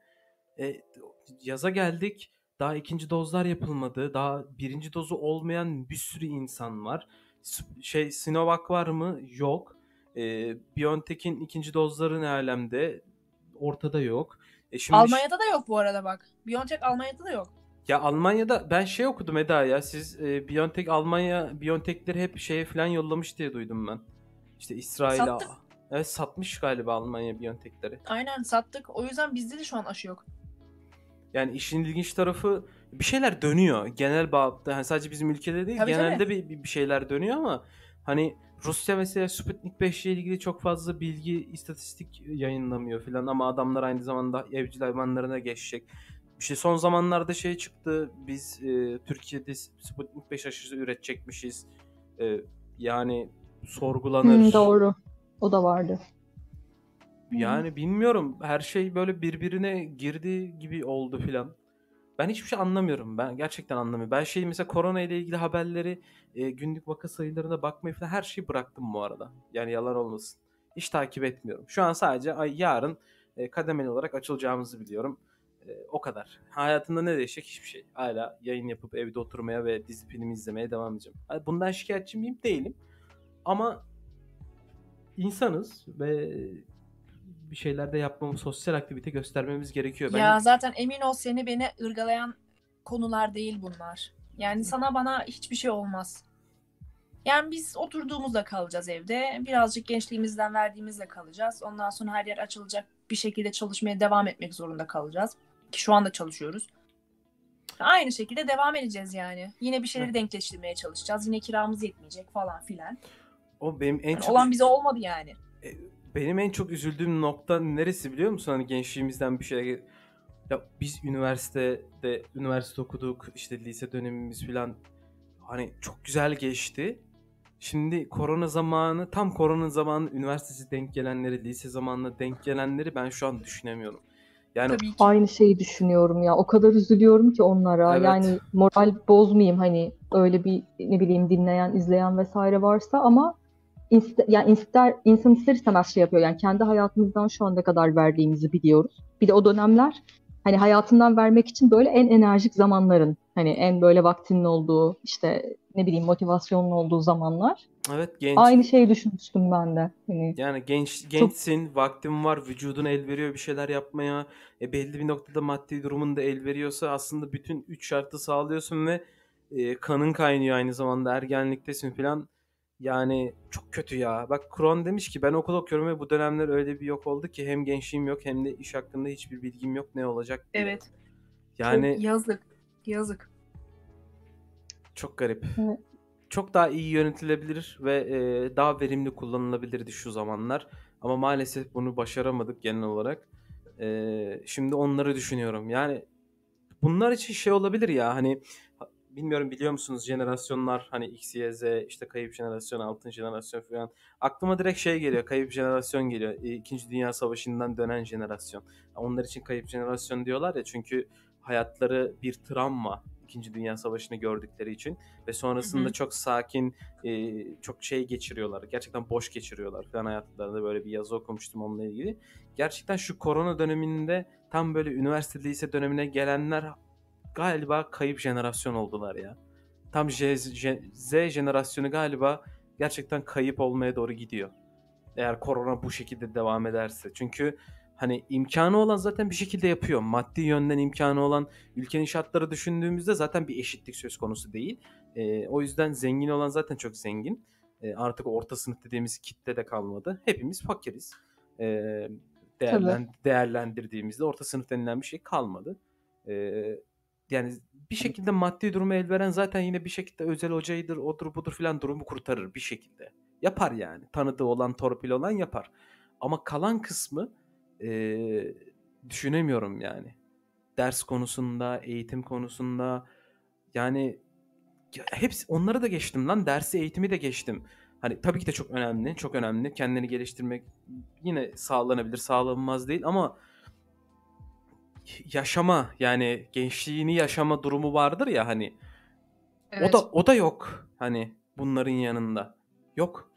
Yaza geldik. Daha ikinci dozlar yapılmadı. Daha birinci dozu olmayan bir sürü insan var. Sinovac var mı? Yok. BioNTech'in ikinci dozları ne alemde? Ortada yok. Şimdi Almanya'da da yok bu arada bak. BioNTech Almanya'da da yok. ya Almanya'da ben şey okudum Eda ya. Siz BioNTech'leri hep şeye falan yollamış diye duydum ben. İşte İsrail'e. Sattık. Evet satmış galiba Almanya BioNTech'leri. Aynen sattık. O yüzden bizde de şu an aşı yok. Yani işin ilginç tarafı bir şeyler dönüyor. Genel bağlamda yani sadece bizim ülkede değil Tabii tabii. genelde bir şeyler dönüyor ama hani Rusya mesela Sputnik 5 ile ilgili çok fazla bilgi, istatistik yayınlamıyor filan ama adamlar aynı zamanda evcil hayvanlarına geçecek. İşte son zamanlarda şey çıktı. Biz Türkiye'de Sputnik 5 aşısı üretecekmişiz. Yani sorgulanır. Doğru. O da vardı. Yani bilmiyorum. Her şey böyle birbirine girdi gibi oldu filan. Ben hiçbir şey anlamıyorum. Ben gerçekten anlamıyorum. Ben mesela korona ile ilgili haberleri, günlük vaka sayılarına bakmayı falan her şeyi bıraktım bu arada. Yani yalan olmasın. Hiç takip etmiyorum. Şu an sadece yarın kademeli olarak açılacağımızı biliyorum. O kadar. Hayatımda ne değişecek? Hiçbir şey. Hala yayın yapıp evde oturmaya ve dizi film izlemeye devam edeceğim. Bundan şikayetçi miyim? Değilim. Ama insanız ve bir şeyler de yapmamız, sosyal aktivite göstermemiz gerekiyor. Ya zaten emin ol seni beni ırgalayan konular değil bunlar. Yani sana bana hiçbir şey olmaz. Yani biz oturduğumuzda kalacağız evde. Birazcık gençliğimizden verdiğimizle kalacağız. Ondan sonra her yer açılacak. Bir şekilde çalışmaya devam etmek zorunda kalacağız. Ki şu anda çalışıyoruz. Aynı şekilde devam edeceğiz yani. Yine bir şeyleri denkleştirmeye çalışacağız. Yine kiramız yetmeyecek falan filan. O benim en çok olan bize olmadı yani. Benim en çok üzüldüğüm nokta neresi biliyor musun? Hani gençliğimizden bir şey. Ya biz üniversite okuduk, işte lise dönemimiz falan hani çok güzel geçti. Şimdi tam korona zamanı üniversitesi denk gelenleri, lise zamanına denk gelenleri ben şu an düşünemiyorum. Yani Tabii ki. Aynı şeyi düşünüyorum ya. O kadar üzülüyorum ki onlara. Evet. Yani moral bozmayayım hani öyle bir ne bileyim dinleyen, izleyen vesaire varsa ama yani insan ister istemez şey yapıyor. Yani kendi hayatımızdan şu anda kadar verdiğimizi biliyoruz. Bir de o dönemler hani hayatından vermek için böyle en enerjik zamanların hani en böyle vaktinin olduğu işte ne bileyim motivasyonun olduğu zamanlar. Evet, genç. Aynı şeyi düşünmüştüm ben de. Hani Yani gençsin, vaktin var, vücudun el veriyor bir şeyler yapmaya. Belli bir noktada maddi durumun da el veriyorsa aslında bütün 3 şartı sağlıyorsun ve kanın kaynıyor aynı zamanda ergenliktesin falan. Yani çok kötü ya. Bak Kron demiş ki ben okul okuyorum ve bu dönemler öyle bir yok oldu ki hem gençliğim yok hem de iş hakkında hiçbir bilgim yok ne olacak diye. Evet. Yani Çok yazık. çok garip. Evet. Çok daha iyi yönetilebilir ve daha verimli kullanılabilirdi şu zamanlar. Ama maalesef bunu başaramadık genel olarak. Şimdi onları düşünüyorum. Yani bunlar için şey olabilir ya hani bilmiyorum biliyor musunuz jenerasyonlar hani X, Y, Z işte kayıp jenerasyon, altın jenerasyon falan. Aklıma direkt şey geliyor kayıp jenerasyon geliyor. İkinci Dünya Savaşı'ndan dönen jenerasyon. Onlar için kayıp jenerasyon diyorlar ya çünkü hayatları bir travma. İkinci Dünya Savaşı'nı gördükleri için ve sonrasında çok sakin, çok şey geçiriyorlar. Gerçekten boş geçiriyorlar falan hayatlarında böyle bir yazı okumuştum onunla ilgili. Gerçekten şu korona döneminde tam böyle üniversite lise dönemine gelenler galiba kayıp jenerasyon oldular ya. Tam Z jenerasyonu galiba gerçekten kayıp olmaya doğru gidiyor. Eğer korona bu şekilde devam ederse. Çünkü hani imkanı olan zaten bir şekilde yapıyor. Maddi yönden imkanı olan ülkenin şartları düşündüğümüzde zaten bir eşitlik söz konusu değil. O yüzden zengin olan zaten çok zengin. Artık orta sınıf dediğimiz kitle de kalmadı. Hepimiz fakiriz. Değerlendirdiğimizde orta sınıf denilen bir şey kalmadı. Yani bir şekilde maddi durumu el veren zaten yine bir şekilde özel hocayıdır, odur budur filan durumu kurtarır bir şekilde. Yapar yani. Tanıdığı olan, torpil olan yapar. Ama kalan kısmı düşünemiyorum yani. Ders konusunda, eğitim konusunda yani hepsi onları da geçtim lan. Dersi, eğitimi de geçtim. Hani tabii ki de çok önemli, çok önemli. Kendini geliştirmek yine sağlanabilir, sağlanmaz değil ama yaşama yani gençliğini yaşama durumu vardır ya hani. Evet. O da yok hani bunların yanında. Yok.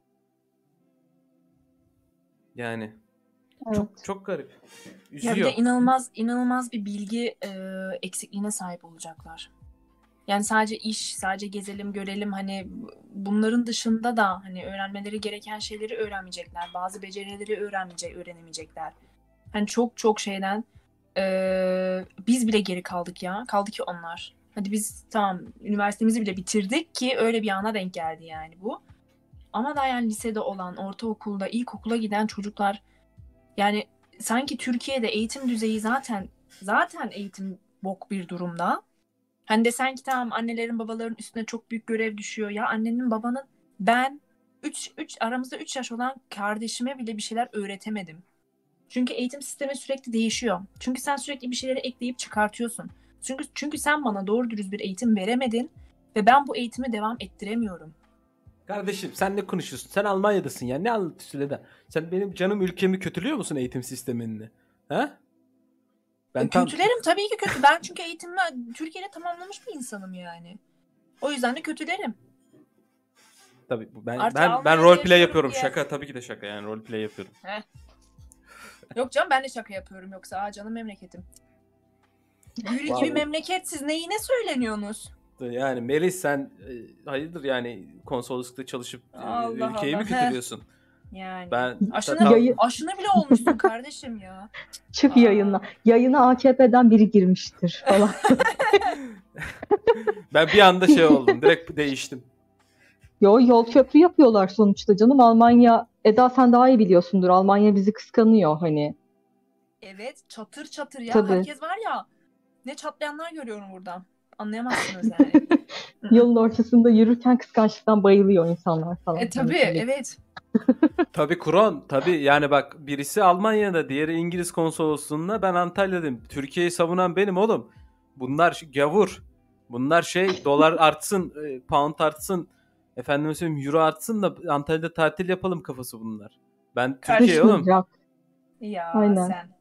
Yani Evet. çok garip. Ya bir de Üzüyor. inanılmaz bir bilgi eksikliğine sahip olacaklar. Yani sadece iş, sadece gezelim, görelim hani bunların dışında da hani öğrenmeleri gereken şeyleri öğrenmeyecekler. Bazı becerileri öğrenemeyecekler. Hani çok şeyden biz bile geri kaldık ya. Kaldı ki onlar. Hadi biz tamam üniversitemizi bile bitirdik ki öyle bir ana denk geldi yani bu. Ama da yani lisede olan, ortaokulda, ilkokula giden çocuklar yani sanki Türkiye'de eğitim düzeyi zaten eğitim bok bir durumda. Hani desen ki tamam annelerin babaların üstüne çok büyük görev düşüyor. Ya annenin babanın ben aramızda 3 yaş olan kardeşime bile bir şeyler öğretemedim. Çünkü eğitim sistemi sürekli değişiyor. Çünkü sen sürekli bir şeyleri ekleyip çıkartıyorsun. Çünkü sen bana doğru dürüst bir eğitim veremedin ve ben bu eğitimi devam ettiremiyorum. Kardeşim sen ne konuşuyorsun? Sen Almanya'dasın ya. Ne anlatıyorsun Eda? Sen benim canım ülkemi kötülüyor musun eğitim sistemini? Ha? Ben tam Kötülerim tabii ki kötü. Ben çünkü eğitimimi Türkiye'de tamamlamış bir insanım yani. O yüzden de kötülerim. tabii ben Artı ben Almanya'da role play yaşıyorum yapıyorum. diye. Şaka tabii ki de şaka yani role play yapıyorum. Heh. Yok canım ben de şaka yapıyorum yoksa canım memleketim. Gül gibi Vallahi. memleket siz neyine söyleniyorsunuz? Yani Melis sen hayırdır yani konsoloslukta çalışıp Allah ülkeyi mi Allah. kötülüyorsun? Yani Ben aşını bile olmuşsun kardeşim ya. Çık Aa. yayına. Yayına AKP'den biri girmiştir falan. ben bir anda şey oldum. Direkt değiştim. Yol köprü yapıyorlar sonuçta canım. Almanya, Eda sen daha iyi biliyorsundur. Almanya bizi kıskanıyor hani. Evet çatır çatır ya. Tabii. Herkes var ya. Ne çatlayanlar görüyorum buradan. Anlayamazsınız yani. Yolun ortasında yürürken kıskançlıktan bayılıyor insanlar falan. Tabii Hani. evet. Tabii Kuron. Tabii yani bak birisi Almanya'da, diğeri İngiliz konsolosluğunda, ben Antalya'dayım. Türkiye'yi savunan benim oğlum. Bunlar gavur. Bunlar dolar artsın, pound artsın, efendime söyleyeyim euro artsın da Antalya'da tatil yapalım kafası bunlar. Ben Türkiye oğlum. Karışmayacak. Ya Aynen. sen.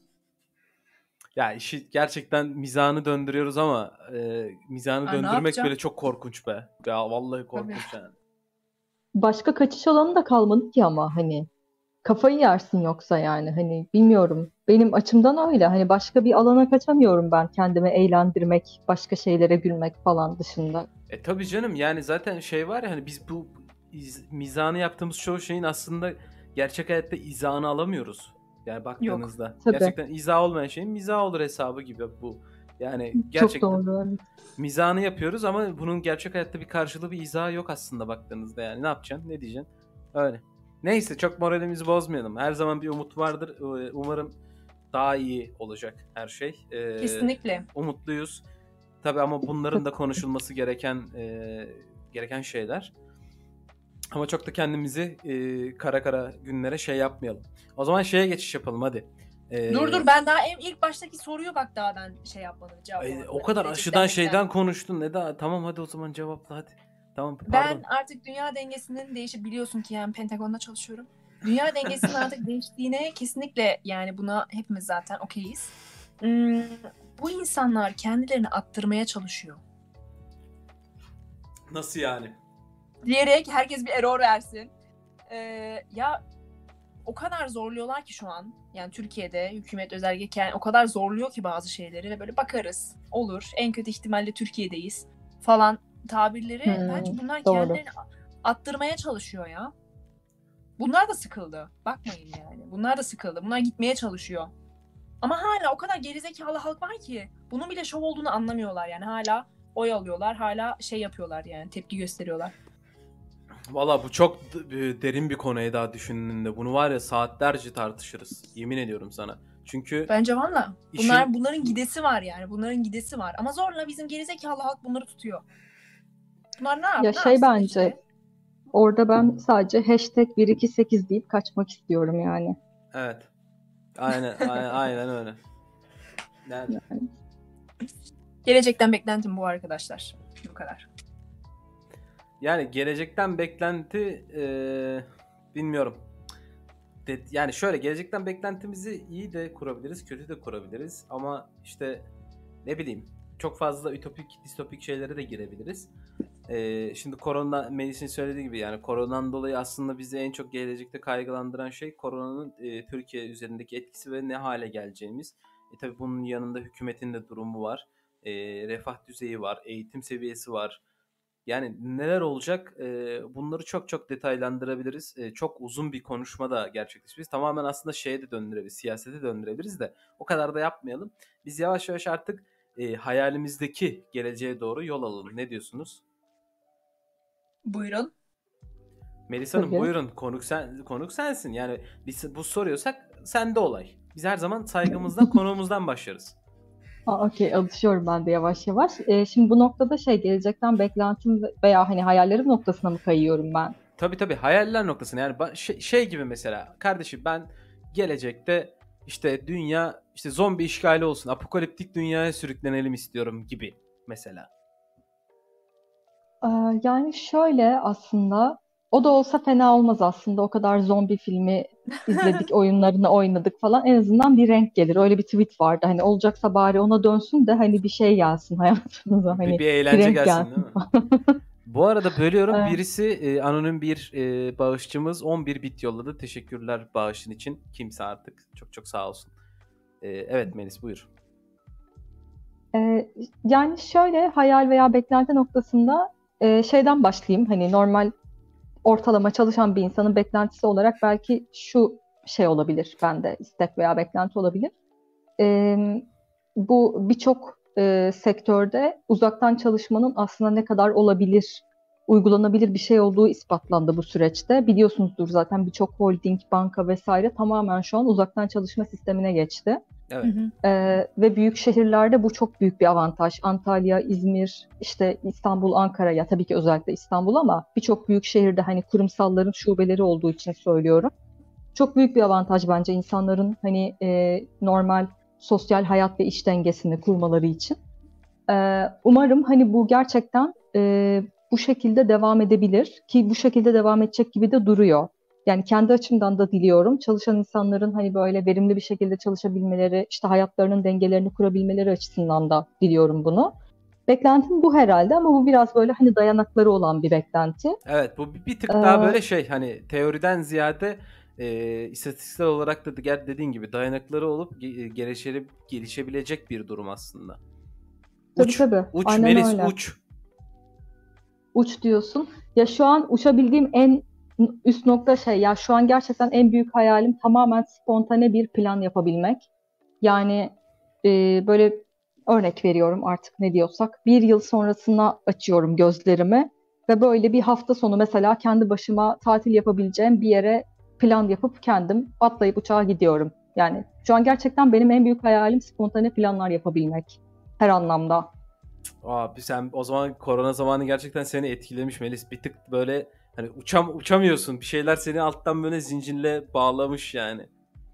Ya işi gerçekten mizahını döndürüyoruz ama mizahını Ay, ne döndürmek yapacağım? böyle çok korkunç be. Ya vallahi korkunç yani. Başka kaçış alanı da kalmadı ki ama hani. Kafayı yersin yoksa yani hani bilmiyorum. Benim açımdan öyle. Hani başka bir alana kaçamıyorum ben kendimi eğlendirmek, başka şeylere gülmek falan dışında. Tabii canım yani zaten var ya hani biz bu mizahını yaptığımız çoğu şeyin aslında gerçek hayatta izahını alamıyoruz. Yani baktığınızda. Tabii. Gerçekten izah olmayan şeyin mizah olur hesabı gibi bu. Yani Çok gerçekten doğru. Evet. mizahını yapıyoruz ama bunun gerçek hayatta bir karşılığı, bir izahı yok aslında baktığınızda yani. Ne yapacaksın? Ne diyeceksin? Öyle. Neyse çok moralimizi bozmayalım. Her zaman bir umut vardır. Umarım daha iyi olacak her şey. Kesinlikle. Umutluyuz. Tabii ama bunların da konuşulması gereken şeyler. Ama çok da kendimizi kara kara günlere yapmayalım. O zaman geçiş yapalım hadi. Dur ben daha ilk baştaki soruyu bak daha ben yapmadım cevaplamadım. O kadar aşıdan şeyden konuştun. Tamam hadi o zaman cevapla hadi. Tamam pardon. Ben artık dünya dengesinin değişip biliyorsun ki yani Pentagon'da çalışıyorum. Dünya dengesinin artık değiştiğine kesinlikle yani buna hepimiz zaten okeyiz. Bu insanlar kendilerini attırmaya çalışıyor. Nasıl yani? Diyerek herkes bir error versin. Ya o kadar zorluyorlar ki şu an. Yani Türkiye'de hükümet özellikle o kadar zorluyor ki bazı şeyleri ve böyle bakarız. Olur. En kötü ihtimalle Türkiye'deyiz falan tabirleri. Bence bunlar doğru. kendilerini attırmaya çalışıyor ya. Bunlar da sıkıldı. Bakmayın yani. Bunlar da sıkıldı. Bunlar gitmeye çalışıyor. Ama hala o kadar gerizekalı halk var ki bunun bile şov olduğunu anlamıyorlar yani. Hala oy alıyorlar. Hala yapıyorlar yani. Tepki gösteriyorlar. Valla bu çok derin bir konu daha düşündüğünde. Bunu var ya saatlerce tartışırız. Yemin ediyorum sana. Çünkü bence valla bunların gidesi var yani. Bunların gidesi var. Ama zorla bizim gerizekalı halk bunları tutuyor. Bunlar ne yapıyor? Ya bence işte. Orada ben sadece #128 deyip kaçmak istiyorum yani. Evet. Aynen öyle. Yani. Gelecekten beklentim bu arkadaşlar. Bu kadar. Yani gelecekten beklenti bilmiyorum. Yani şöyle gelecekten beklentimizi iyi de kurabiliriz, kötü de kurabiliriz. Ama işte ne bileyim çok fazla ütopik, distopik şeylere de girebiliriz. Şimdi korona, Melis'in söylediği gibi yani koronadan dolayı aslında bizi en çok gelecekte kaygılandıran şey koronanın Türkiye üzerindeki etkisi ve ne hale geleceğimiz. Tabii bunun yanında hükümetin de durumu var. Refah düzeyi var, eğitim seviyesi var. Yani neler olacak bunları çok çok detaylandırabiliriz. Çok uzun bir konuşma da gerçekleştiririz. Tamamen aslında de döndürebiliriz, siyasete döndürebiliriz de o kadar da yapmayalım. Biz yavaş yavaş artık hayalimizdeki geleceğe doğru yol alalım. Ne diyorsunuz? Buyurun. Melisa Hanım buyurun. Konuk sensin. Yani biz bu soruyorsak sende olay. Biz her zaman saygımızdan konuğumuzdan başlarız. Okey, alışıyorum ben de yavaş yavaş. Şimdi bu noktada gelecekten beklentim veya hani hayallerim noktasına mı kayıyorum ben? Tabii hayaller noktasına. Yani gibi mesela kardeşim ben gelecekte işte dünya zombi işgali olsun, apokaliptik dünyaya sürüklenelim istiyorum gibi mesela. Yani şöyle aslında O da olsa fena olmaz aslında. O kadar zombi filmi izledik, oyunlarını oynadık falan. En azından bir renk gelir. Öyle bir tweet vardı. Hani olacaksa bari ona dönsün de hani bir şey gelsin hayatınıza. Bir, Hani bir bir eğlence renk gelsin değil gelsin mi? falan. Bu arada bölüyorum. Evet. Birisi anonim bir bağışçımız 11 bit yolladı. Teşekkürler bağışın için. Kimse artık. Çok çok sağ olsun. Evet Melis buyur. Yani şöyle hayal veya beklenti noktasında şeyden başlayayım. Hani normal ortalama çalışan bir insanın beklentisi olarak belki şu şey olabilir bende istek veya beklenti olabilir. E, Bu birçok sektörde uzaktan çalışmanın aslında ne kadar olabilir, uygulanabilir bir şey olduğu ispatlandı bu süreçte. Biliyorsunuzdur zaten birçok holding, banka vesaire tamamen şu an uzaktan çalışma sistemine geçti. Evet. Ve büyük şehirlerde bu çok büyük bir avantaj. Antalya, İzmir, işte İstanbul, Ankara ya tabii ki özellikle İstanbul ama birçok büyük şehirde hani kurumsalların şubeleri olduğu için söylüyorum. Çok büyük bir avantaj bence insanların hani normal sosyal hayat ve iş dengesini kurmaları için. Umarım hani bu gerçekten bu şekilde devam edebilir ki bu şekilde devam edecek gibi de duruyor. Yani kendi açımdan da diliyorum. Çalışan insanların hani böyle verimli bir şekilde çalışabilmeleri, işte hayatlarının dengelerini kurabilmeleri açısından da diliyorum bunu. Beklentim bu herhalde ama bu biraz böyle hani dayanakları olan bir beklenti. Evet bu bir tık daha Ee, böyle şey hani teoriden ziyade istatistiksel olarak da dediğin gibi dayanıkları olup gelişebilecek bir durum aslında. tabii Uç. tabii. Uç Aynen Melis öyle. uç. Uç diyorsun. Ya şu an uçabildiğim en üst nokta şey ya şu an gerçekten en büyük hayalim tamamen spontane bir plan yapabilmek. Yani böyle örnek veriyorum artık ne diyorsak bir yıl sonrasına açıyorum gözlerimi ve böyle bir hafta sonu mesela kendi başıma tatil yapabileceğim bir yere plan yapıp kendim atlayıp uçağa gidiyorum. Yani şu an gerçekten benim en büyük hayalim spontane planlar yapabilmek her anlamda. Abi sen o zaman korona zamanı gerçekten seni etkilemiş Melis. Bir tık böyle hani uçamıyorsun. Bir şeyler seni alttan böyle zincirle bağlamış yani.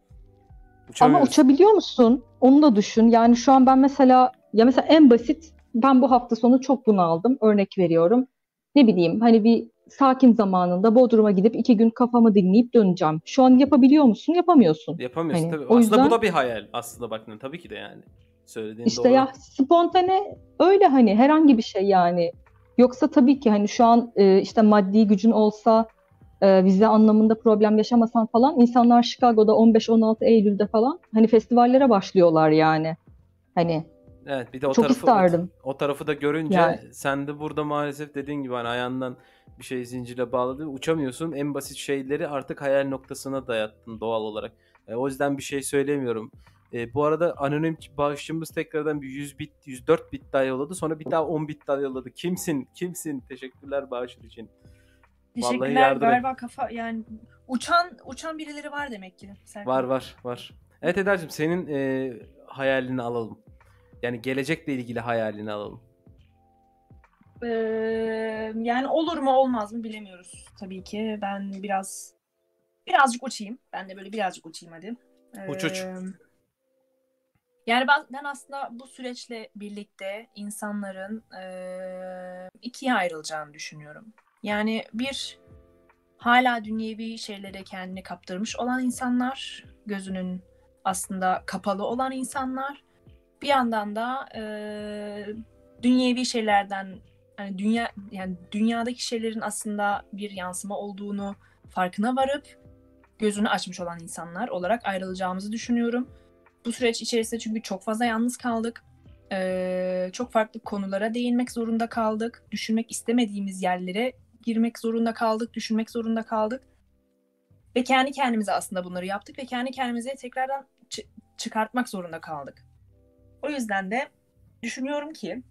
Ama Uçamıyorsun. uçabiliyor musun? Onu da düşün. Yani şu an ben mesela ya mesela en basit ben bu hafta sonu çok bunaldım. Örnek veriyorum. Ne bileyim hani bir sakin zamanında Bodrum'a gidip 2 gün kafamı dinleyip döneceğim. Şu an yapabiliyor musun? Yapamıyorsun. Yapamıyorsun Hani tabii. o Aslında bu yüzden da bir hayal. Aslında baktığında tabii ki de yani. Söylediğin işte doğru. ya spontane öyle hani herhangi bir şey yani. Yoksa tabii ki hani şu an işte maddi gücün olsa vize anlamında problem yaşamasan falan insanlar Chicago'da 15-16 Eylül'de falan hani festivallere başlıyorlar yani. Hani Evet bir de o çok tarafı isterdim o tarafı da yani. görünce sen de burada maalesef dediğin gibi hani ayağından bir şey zincirle bağladı. Uçamıyorsun. En basit şeyleri artık hayal noktasına dayattın doğal olarak. O yüzden bir şey söylemiyorum. Bu arada anonim bağışçımız tekrardan bir 100 bit, 104 bit daha yolladı. Sonra bir daha 10 bit daha yolladı. Kimsin? Kimsin? Teşekkürler bağışın için. Vallahi Teşekkürler. yardır et. Galiba kafa yani uçan birileri var demek ki Var Serkan. var var. Evet Eder'cim senin hayalini alalım. Yani gelecekle ilgili hayalini alalım. Yani olur mu olmaz mı bilemiyoruz tabii ki. Ben birazcık uçayım. Ben de böyle birazcık uçayım hadi. Uç uç. Yani ben aslında bu süreçle birlikte insanların ikiye ayrılacağını düşünüyorum. Yani bir hala dünyevi şeylere kendini kaptırmış olan insanlar, gözünün aslında kapalı olan insanlar. Bir yandan da dünyevi şeylerden hani dünyadaki şeylerin aslında bir yansıma olduğunu farkına varıp gözünü açmış olan insanlar olarak ayrılacağımızı düşünüyorum. Bu süreç içerisinde çünkü çok fazla yalnız kaldık. Çok farklı konulara değinmek zorunda kaldık. Düşünmek istemediğimiz yerlere girmek zorunda kaldık, düşünmek zorunda kaldık. Ve kendi kendimize aslında bunları yaptık ve kendi kendimize tekrardan çıkartmak zorunda kaldık. O yüzden de düşünüyorum ki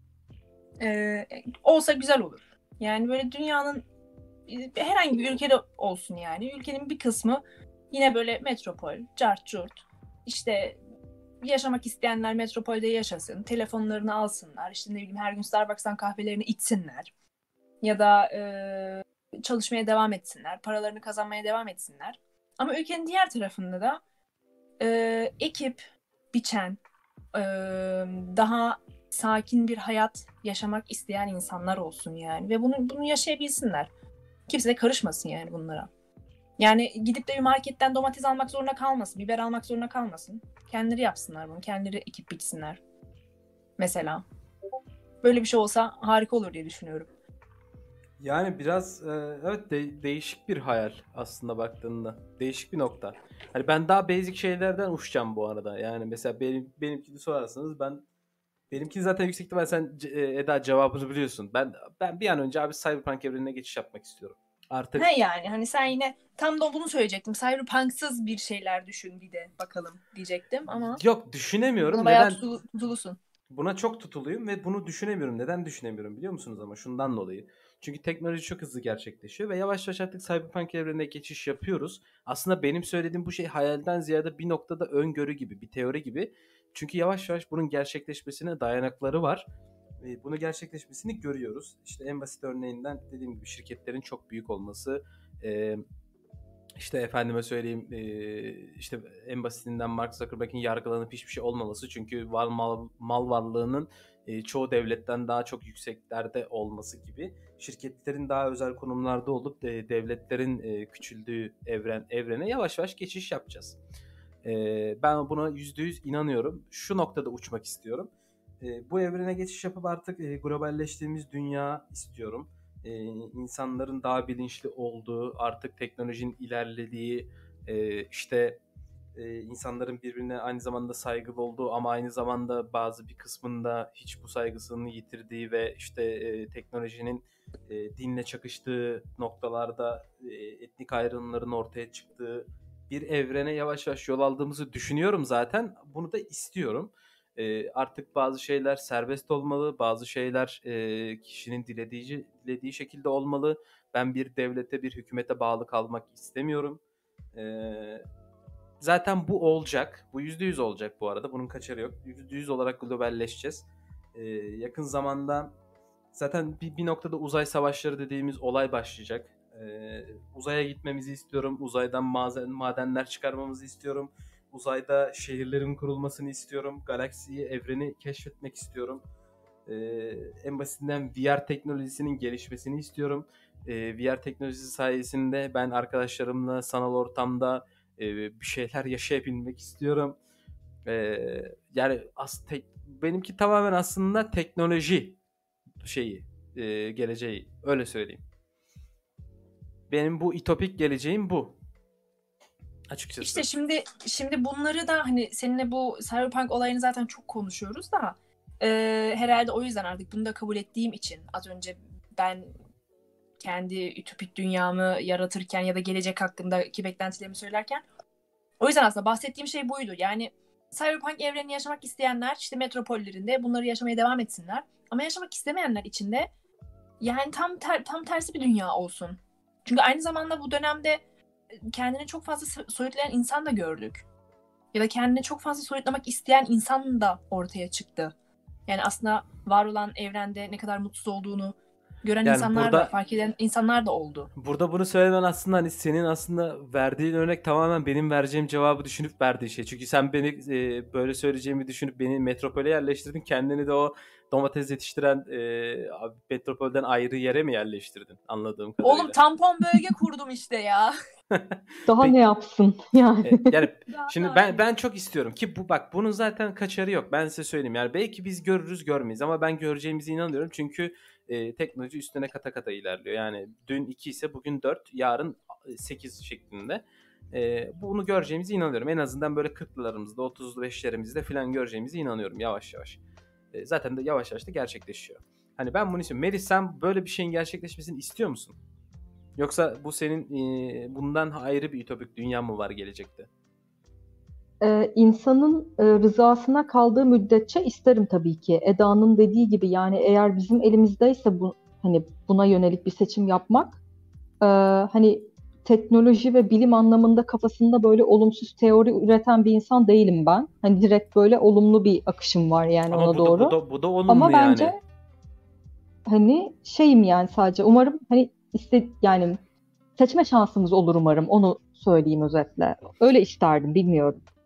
olsa güzel olur. Yani böyle dünyanın herhangi bir ülkede olsun yani. Ülkenin bir kısmı yine böyle metropol, cart curt. İşte yaşamak isteyenler metropolde yaşasın. Telefonlarını alsınlar. İşte ne bileyim her gün Starbucks'tan kahvelerini içsinler. Ya da çalışmaya devam etsinler. Paralarını kazanmaya devam etsinler. Ama ülkenin diğer tarafında da ekip biçen, daha sakin bir hayat yaşamak isteyen insanlar olsun yani ve bunu yaşayabilsinler. Kimse de karışmasın yani bunlara. Yani gidip de bir marketten domates almak zorunda kalmasın, biber almak zorunda kalmasın. Kendileri yapsınlar bunu, kendileri ekip biçsinler. Mesela. Böyle bir şey olsa harika olur diye düşünüyorum. Yani biraz evet değişik bir hayal aslında baktığında. Değişik bir nokta. Hani ben daha basic şeylerden uçacağım bu arada. Yani mesela benimkini sorarsanız benimkini zaten yüksek ihtimal sen Eda cevabını biliyorsun. Ben bir an önce abi Cyberpunk evrenine geçiş yapmak istiyorum. Artık He yani hani sen yine tam da bunu söyleyecektim. Cyberpunksız bir şeyler düşün bir de bakalım diyecektim ama yok düşünemiyorum. buna bayağı Neden? tutulusun. Buna çok tutuluyum ve bunu düşünemiyorum. Neden düşünemiyorum biliyor musunuz ama? Şundan dolayı. Çünkü teknoloji çok hızlı gerçekleşiyor ve yavaş yavaş artık Cyberpunk evrenine geçiş yapıyoruz. Aslında benim söylediğim bu şey hayalden ziyade bir noktada öngörü gibi, bir teori gibi. Çünkü yavaş yavaş bunun gerçekleşmesine dayanakları var. Bunu gerçekleşmesini görüyoruz. İşte en basit örneğinden dediğim gibi şirketlerin çok büyük olması, işte efendime söyleyeyim işte en basitinden Mark Zuckerberg'in yargılanıp hiçbir şey olmaması. Çünkü mal varlığının çoğu devletten daha çok yükseklerde olması gibi. Şirketlerin daha özel konumlarda olup devletlerin küçüldüğü evrene yavaş yavaş geçiş yapacağız. Ben buna %100 inanıyorum. Şu noktada uçmak istiyorum. Bu evrene geçiş yapıp artık globalleştiğimiz dünya istiyorum. İnsanların daha bilinçli olduğu, artık teknolojinin ilerlediği, işte insanların birbirine aynı zamanda saygılı olduğu ama aynı zamanda bazı bir kısmında hiç bu saygısını yitirdiği ve işte teknolojinin dinle çakıştığı noktalarda etnik ayrımların ortaya çıktığı bir evrene yavaş yavaş yol aldığımızı düşünüyorum zaten. Bunu da istiyorum. Artık bazı şeyler serbest olmalı, bazı şeyler kişinin dilediği şekilde olmalı. Ben bir devlete, bir hükümete bağlı kalmak istemiyorum. Zaten bu olacak. Bu %100 olacak bu arada. Bunun kaçarı yok. %100 olarak globalleşeceğiz. Yakın zamanda zaten bir noktada uzay savaşları dediğimiz olay başlayacak. Uzaya gitmemizi istiyorum. Uzaydan madenler çıkarmamızı istiyorum. Uzayda şehirlerin kurulmasını istiyorum. Galaksiyi, evreni keşfetmek istiyorum. En basitinden VR teknolojisinin gelişmesini istiyorum. VR teknolojisi sayesinde ben arkadaşlarımla sanal ortamda bir şeyler yaşayabilmek istiyorum. Yani benimki tamamen aslında teknoloji şeyi, geleceği. Öyle söyleyeyim. Benim bu ütopik geleceğim bu. Açıkçası. İşte şimdi bunları da hani seninle bu Cyberpunk olayını zaten çok konuşuyoruz da herhalde o yüzden artık bunu da kabul ettiğim için az önce ben kendi ütopik dünyamı yaratırken ya da gelecek hakkındaki beklentilerimi söylerken o yüzden aslında bahsettiğim şey buydu. Yani Cyberpunk evrenini yaşamak isteyenler işte metropollerinde bunları yaşamaya devam etsinler. Ama yaşamak istemeyenler için de yani tam tersi bir dünya olsun. Çünkü aynı zamanda bu dönemde kendini çok fazla soyutlayan insan da gördük. Ya da kendini çok fazla soyutlamak isteyen insan da ortaya çıktı. Yani aslında var olan evrende ne kadar mutsuz olduğunu gören Yani insanlar da, fark eden insanlar da oldu. Burada bunu söylemen aslında hani senin aslında verdiğin örnek tamamen benim vereceğim cevabı düşünüp verdiği şey. Çünkü sen beni böyle söyleyeceğimi düşünüp beni metropole yerleştirdin. Kendini de o domates yetiştiren metropolden ayrı yere mi yerleştirdin anladığım kadarıyla? Oğlum tampon bölge kurdum işte ya. Daha ne yapsın yani? Yani şimdi ben çok istiyorum ki bunun zaten kaçarı yok. Ben size söyleyeyim. Yani belki biz görürüz görmeyiz ama ben göreceğimize inanıyorum. Çünkü teknoloji üstüne kata kata ilerliyor. Yani dün 2 ise bugün 4, yarın 8 şeklinde. Bunu göreceğimize inanıyorum. En azından böyle 40'lılarımızda, 35'lerimizde falan göreceğimize inanıyorum yavaş yavaş. Zaten de yavaş yavaş da gerçekleşiyor. Hani ben bunu istiyorum. Melis sen böyle bir şeyin gerçekleşmesini istiyor musun? Yoksa bu senin bundan ayrı bir ütopik dünya mı var gelecekte? İnsanın rızasına kaldığı müddetçe isterim tabii ki. Eda'nın dediği gibi yani eğer bizim elimizdeyse bu hani buna yönelik bir seçim yapmak hani teknoloji ve bilim anlamında kafasında böyle olumsuz teori üreten bir insan değilim ben. Hani direkt böyle olumlu bir akışım var yani ama ona doğru. Bu da olumlu Ama yani. bence hani şeyim yani sadece umarım hani yani seçme şansımız olur umarım onu söyleyeyim özetle. Öyle isterdim bilmiyorum.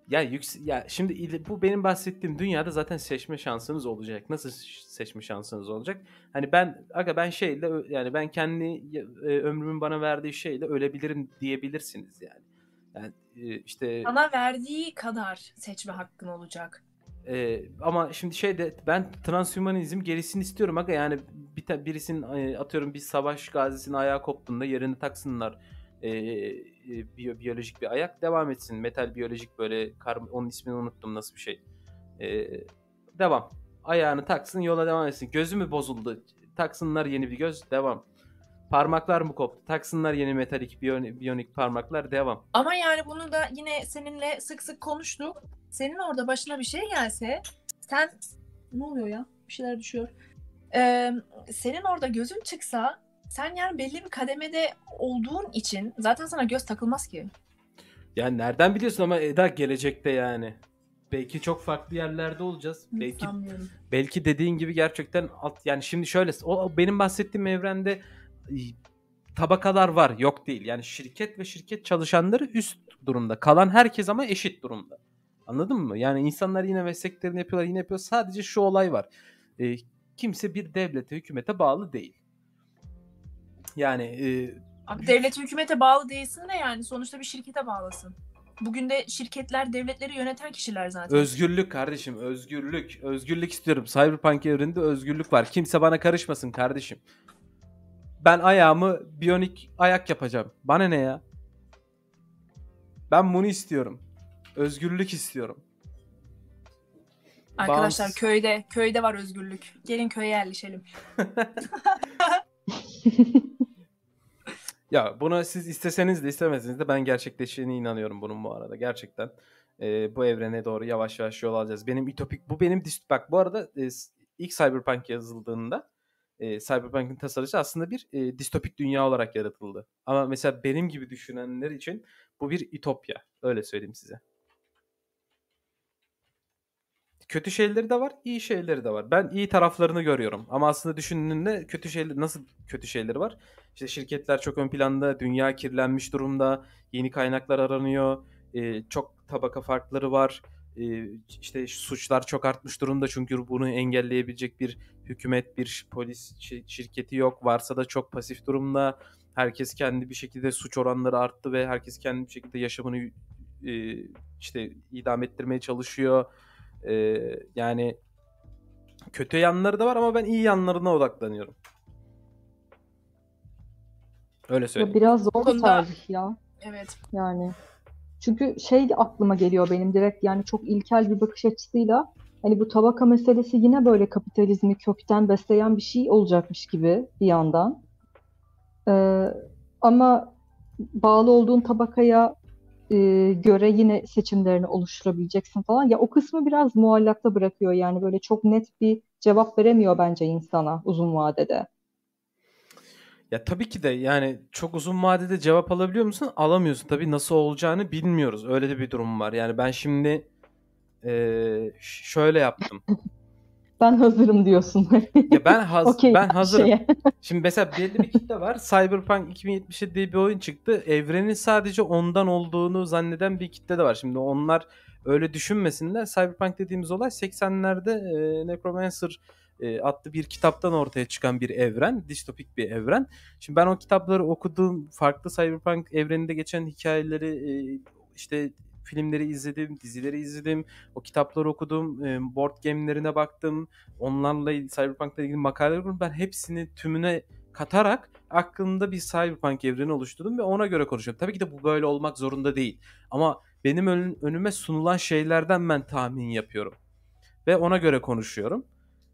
Ya şimdi bu benim bahsettiğim dünyada zaten seçme şansınız olacak. Nasıl seçme şansınız olacak? Hani ben şeyle yani ben kendi ömrümün bana verdiği şeyle ölebilirim diyebilirsiniz yani. Yani işte Sana verdiği kadar seçme hakkın olacak. ama şimdi ben transhümanizm gerisini istiyorum aga, yani birisinin atıyorum bir savaş gazisinin ayağı koptuğunda yerini taksınlar, biyolojik bir ayak devam etsin, metal biyolojik böyle onun ismini unuttum, nasıl bir şey, E, devam, ayağını taksın yola devam etsin, gözü mü bozuldu taksınlar yeni bir göz, devam, parmaklar mı koptu taksınlar yeni metalik biyonik parmaklar, devam. Ama yani bunu da yine seninle sık sık konuştuk. Senin orada başına bir şey gelse sen ne oluyor ya? Bir şeyler düşüyor. Senin orada gözün çıksa sen yani belli bir kademede olduğun için zaten sana göz takılmaz ki. Yani nereden biliyorsun ama Eda, gelecekte yani. Belki çok farklı yerlerde olacağız. Sanmıyorum. Belki dediğin gibi gerçekten yani şimdi şöyle, o benim bahsettiğim evrende tabakalar var, yok değil. Yani şirket ve şirket çalışanları üst durumda. Kalan herkes ama eşit durumda. Anladın mı? Yani insanlar yine mesleklerini yapıyorlar, yine yapıyor. Sadece şu olay var. Kimse bir devlete, hükümete bağlı değil. Yani Abi devlete, hükümete bağlı değilsin de yani sonuçta bir şirkete bağlısın. Bugün de şirketler devletleri yöneten kişiler zaten. özgürlük kardeşim, özgürlük. Özgürlük istiyorum. Cyberpunk evreninde özgürlük var. Kimse bana karışmasın kardeşim. Ben ayağımı biyonik ayak yapacağım. Bana ne ya? Ben bunu istiyorum. Özgürlük istiyorum. Arkadaşlar Bağımsız. köyde var özgürlük. Gelin köye yerleşelim. Ya buna siz isteseniz de istemeseniz de ben gerçekleşeceğine inanıyorum bunun bu arada. Gerçekten bu evrene doğru yavaş yavaş yol alacağız. Bak bu arada ilk Cyberpunk yazıldığında Cyberpunk'ın tasarıcısı aslında bir distopik dünya olarak yaratıldı. Ama mesela benim gibi düşünenler için bu bir ütopya. Öyle söyleyeyim size. Kötü şeyleri de var, iyi şeyleri de var. Ben iyi taraflarını görüyorum. Ama aslında düşündüğünde nasıl kötü şeyleri var? İşte şirketler çok ön planda, dünya kirlenmiş durumda, yeni kaynaklar aranıyor, çok tabaka farkları var. İşte suçlar çok artmış durumda çünkü bunu engelleyebilecek bir hükümet, bir polis şirketi yok. Varsa da çok pasif durumda. Herkes kendi bir şekilde, suç oranları arttı ve herkes kendi bir şekilde yaşamını işte idam ettirmeye çalışıyor. Yani kötü yanları da var ama ben iyi yanlarına odaklanıyorum. Öyle Ya söyleyeyim. biraz zor bir Konuda- tercih ya. Evet. Yani çünkü şey aklıma geliyor benim direkt, yani çok ilkel bir bakış açısıyla, hani bu tabaka meselesi yine böyle kapitalizmi kökten besleyen bir şey olacakmış gibi bir yandan. Ama bağlı olduğun tabakaya göre yine seçimlerini oluşturabileceksin falan. Ya o kısmı biraz muallakta bırakıyor, yani böyle çok net bir cevap veremiyor bence insana uzun vadede. Ya tabii ki de yani çok uzun vadede cevap alabiliyor musun? Alamıyorsun. Tabii nasıl olacağını bilmiyoruz. Öyle de bir durum var. Yani ben şimdi şöyle yaptım. Ben hazırım diyorsun. Ya Okey ben her hazırım. şeye. Şimdi mesela belli bir kitle var. Cyberpunk 2077 diye bir oyun çıktı. Evrenin sadece ondan olduğunu zanneden bir kitle de var. Şimdi onlar öyle düşünmesinler. Cyberpunk dediğimiz olay 80'lerde Necromancer adlı bir kitaptan ortaya çıkan bir evren. Distopik bir evren. Şimdi ben o kitapları okudum. Farklı Cyberpunk evreninde geçen hikayeleri, işte filmleri izledim, dizileri izledim. O kitapları okudum. Board game'lerine baktım. Onlarla Cyberpunk'la ilgili makaleler okudum. Ben hepsini tümüne katarak aklımda bir Cyberpunk evreni oluşturdum ve ona göre konuşuyorum. Tabii ki de bu böyle olmak zorunda değil. Ama benim önüme sunulan şeylerden ben tahmin yapıyorum. Ve ona göre konuşuyorum.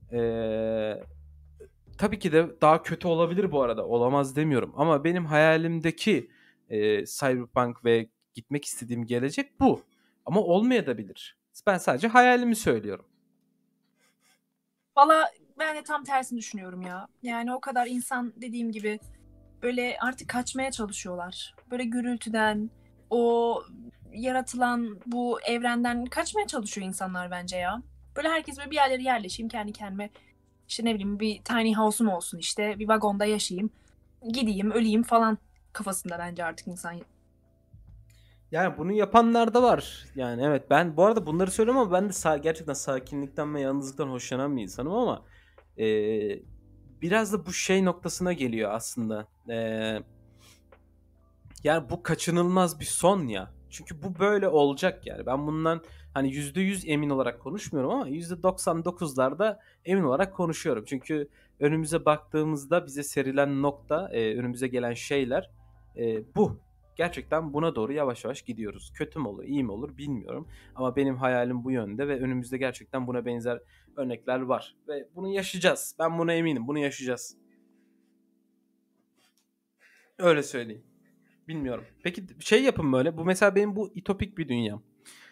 Tabii ki de daha kötü olabilir bu arada. Olamaz demiyorum. Ama benim hayalimdeki Cyberpunk ve gitmek istediğim gelecek bu. Ama olmayabilir. Ben sadece hayalimi söylüyorum. Valla ben de tam tersini düşünüyorum ya. Yani o kadar insan dediğim gibi böyle artık kaçmaya çalışıyorlar. Böyle gürültüden, o yaratılan bu evrenden kaçmaya çalışıyor insanlar bence ya. Böyle herkes böyle bir yerlere yerleşeyim kendi kendime. İşte ne bileyim bir tiny house'um olsun işte. Bir vagonda yaşayayım. Gideyim, öleyim falan kafasında bence artık insan. Yani bunu yapanlar da var. Yani evet, ben bu arada bunları söylüyorum ama ben de gerçekten sakinlikten ve yalnızlıktan hoşlanan bir insanım ama biraz da bu şey noktasına geliyor aslında. Yani bu kaçınılmaz bir son ya. Çünkü bu böyle olacak yani. Ben bundan hani %100 emin olarak konuşmuyorum ama %99'larda emin olarak konuşuyorum. Çünkü önümüze baktığımızda bize serilen nokta, önümüze gelen şeyler bu. Gerçekten buna doğru yavaş yavaş gidiyoruz. Kötü mü olur, iyi mi olur bilmiyorum. Ama benim hayalim bu yönde ve önümüzde gerçekten buna benzer örnekler var. Ve bunu yaşayacağız. Ben buna eminim. Bunu yaşayacağız. Öyle söyleyeyim. Bilmiyorum. Peki şey yapın böyle. Bu mesela benim bu ütopik bir dünyam.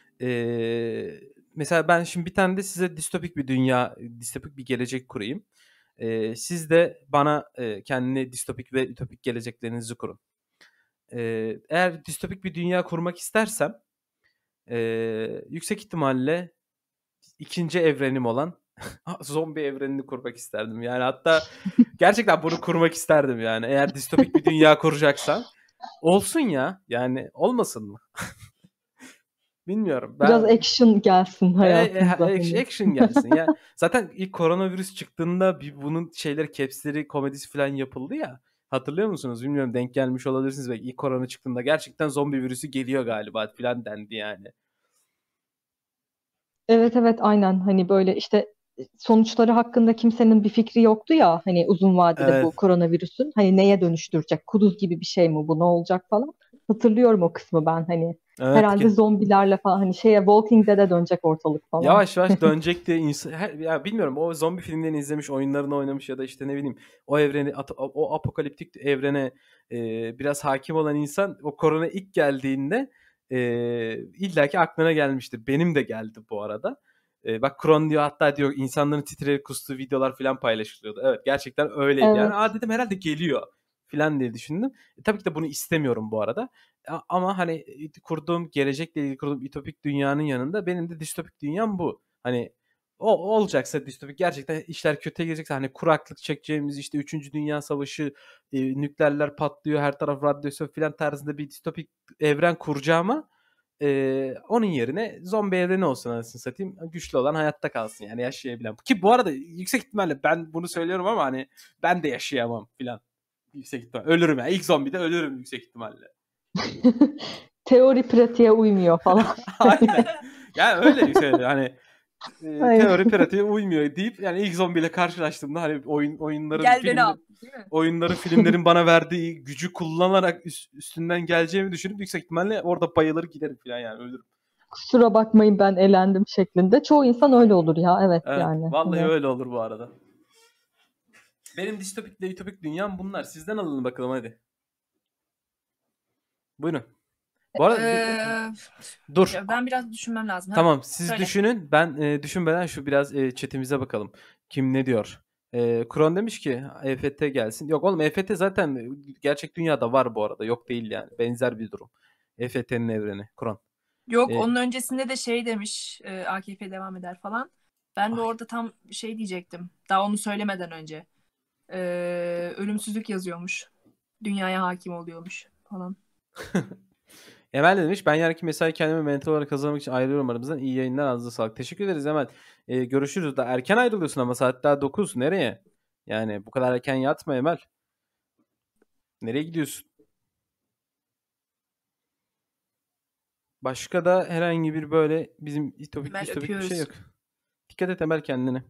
Mesela ben şimdi bir tane de size distopik bir dünya, distopik bir gelecek kurayım. Siz de bana kendi distopik ve ütopik geleceklerinizi kurun. Eğer distopik bir dünya kurmak istersem yüksek ihtimalle ikinci evrenim olan zombi evrenini kurmak isterdim. Yani hatta gerçekten bunu kurmak isterdim yani. Eğer distopik bir dünya kuracaksam olsun ya. Yani olmasın mı? Bilmiyorum. Biraz action gelsin hayatımıza. Action gelsin. Ya zaten ilk koronavirüs çıktığında bunun caps'leri, komedisi falan yapıldı ya. Hatırlıyor musunuz? Bilmiyorum, denk gelmiş olabilirsiniz. Belki ilk korona çıktığında gerçekten zombi virüsü geliyor galiba falan dendi yani. Evet evet aynen, hani böyle işte sonuçları hakkında kimsenin bir fikri yoktu ya, hani uzun vadede bu Evet. koronavirüsün hani neye dönüştürecek, kuduz gibi bir şey mi bu, ne olacak falan. Hatırlıyorum o kısmı ben, hani Evet herhalde ki. zombilerle falan, hani şeye Walking Dead'e dönecek ortalık falan. Yavaş yavaş dönecek diye ya bilmiyorum, o zombi filmlerini izlemiş, oyunlarını oynamış ya da işte ne bileyim o evreni o apokaliptik evrene biraz hakim olan insan o korona ilk geldiğinde illaki aklına gelmiştir. Benim de geldi bu arada. Bak Kron diyor, hatta diyor insanların titreyerek kustuğu videolar falan paylaşılıyordu. Evet, gerçekten öyleydi yani. Evet. Dedim herhalde geliyor falan diye düşündüm. Tabii ki de bunu istemiyorum bu arada. Ama hani gelecekle ilgili kurduğum ütopik dünyanın yanında benim de distopik dünyam bu. Hani o olacaksa distopik, gerçekten işler kötüye gidecekse, hani kuraklık çekeceğimiz, işte 3. Dünya Savaşı, nükleerler patlıyor, her taraf radyasyon filan tarzında bir distopik evren kuracağıma onun yerine zombi evreni olsun anasını satayım. Güçlü olan hayatta kalsın yani, yaşayabilen. Ki bu arada yüksek ihtimalle ben bunu söylüyorum ama hani ben de yaşayamam filan. Yüksek ihtimal. Ölürüm yani. İlk zombide ölürüm yüksek ihtimalle. Teori pratiğe uymuyor falan. Aynen. Yani öyle bir şey. Hani Aynen. teori pratiğe uymuyor deyip yani ilk zombiyle karşılaştığımda hani Gel beni al. Değil mi? filmlerin bana verdiği gücü kullanarak üstünden geleceğimi düşünüp yüksek ihtimalle orada bayılır giderim falan, yani ölürüm. Kusura bakmayın ben elendim şeklinde. Çoğu insan öyle olur ya, evet Evet. yani. Vallahi Hani öyle olur bu arada. Benim distopikle ütopik dünyam bunlar. Sizden alalım bakalım hadi. Buyurun. Bu arada Ee, dur. Ya ben biraz düşünmem lazım. Ha, Tamam, siz söyle. düşünün. Ben düşünmeden şu biraz chatimize bakalım. Kim ne diyor? Kron demiş ki EFT gelsin. Yok oğlum, EFT zaten gerçek dünyada var bu arada. Yok değil yani. Benzer bir durum. EFT'nin evreni. Kron. Yok, E, onun öncesinde de şey demiş, AKP devam eder falan. Ben de ay. orada tam şey diyecektim. Daha onu söylemeden önce. Ölümsüzlük yazıyormuş. Dünyaya hakim oluyormuş falan. Emel de demiş ben yarınki mesai kendimi mental olarak kazanmak için ayrılıyorum aramızdan. İyi yayınlar, ağzınıza sağlık. Teşekkür ederiz Emel. Görüşürüz. Da erken ayrılıyorsun ama saat daha 9. Nereye? Yani bu kadar erken yatma Emel. Nereye gidiyorsun? Başka da herhangi bir böyle bizim Emel distopik bir şey öpüyoruz. yok. Dikkat et Emel kendine.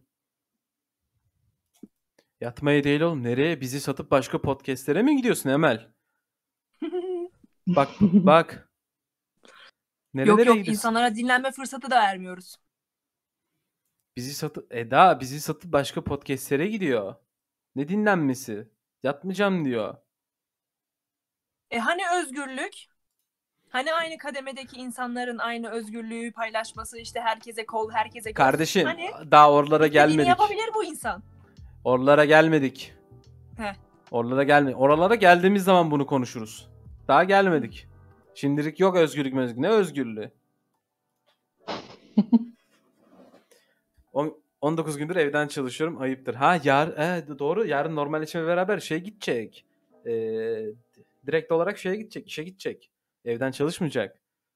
Yatmaya değil oğlum. Nereye? Bizi satıp başka podcastlere mi gidiyorsun Emel? Bak bak. Yok Nerelere yok, gidiyorsun? insanlara dinlenme fırsatı da vermiyoruz. Bizi satıp başka podcastlere gidiyor. Ne dinlenmesi? Yatmayacağım diyor. Hani özgürlük? Hani aynı kademedeki insanların aynı özgürlüğü paylaşması, işte herkese kol, herkese göz. Kardeşim, Hani daha oralara istediğini gelmedik. yapabilir bu insan. Oralara gelmedik. Heh. Oralara geldiğimiz zaman bunu konuşuruz. Daha gelmedik. Şimdilik yok özgürlük mezgürlük. Ne özgürlüğü? 19 gündür evden çalışıyorum. Ayıptır. Doğru. Yarın normalleşme beraber gidecek. Direkt olarak şeye gidecek. İşe gidecek. Evden çalışmayacak.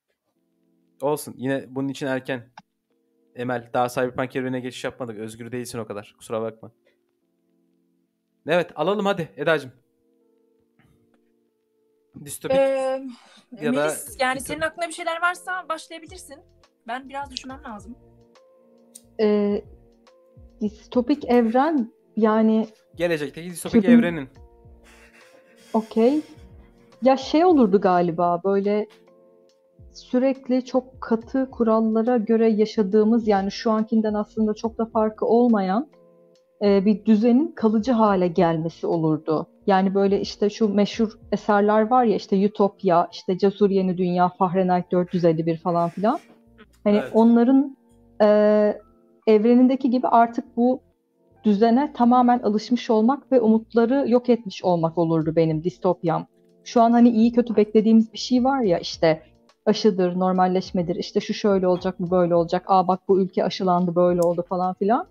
Olsun. Yine bunun için erken. Emel, daha Cyberpunk evrenine geçiş yapmadık. Özgür değilsin o kadar. Kusura bakma. Evet, alalım hadi Eda'cığım. Distopik ya da Melis, yani senin aklında bir şeyler varsa başlayabilirsin. Ben biraz düşünmem lazım. Distopik evren yani gelecekteki distopik Türün- evrenin. okey. Ya şey olurdu galiba böyle sürekli çok katı kurallara göre yaşadığımız yani şu ankinden aslında çok da farkı olmayan bir düzenin kalıcı hale gelmesi olurdu. Yani böyle işte şu meşhur eserler var ya işte Ütopya, işte Cesur Yeni Dünya, Fahrenheit 451 falan filan. Hani Evet. onların e, evrenindeki gibi artık bu düzene tamamen alışmış olmak ve umutları yok etmiş olmak olurdu benim distopyam. Şu an hani iyi kötü beklediğimiz bir şey var ya işte aşıdır, normalleşmedir, işte şu şöyle olacak, bu böyle olacak, aa bak bu ülke aşılandı böyle oldu falan filan.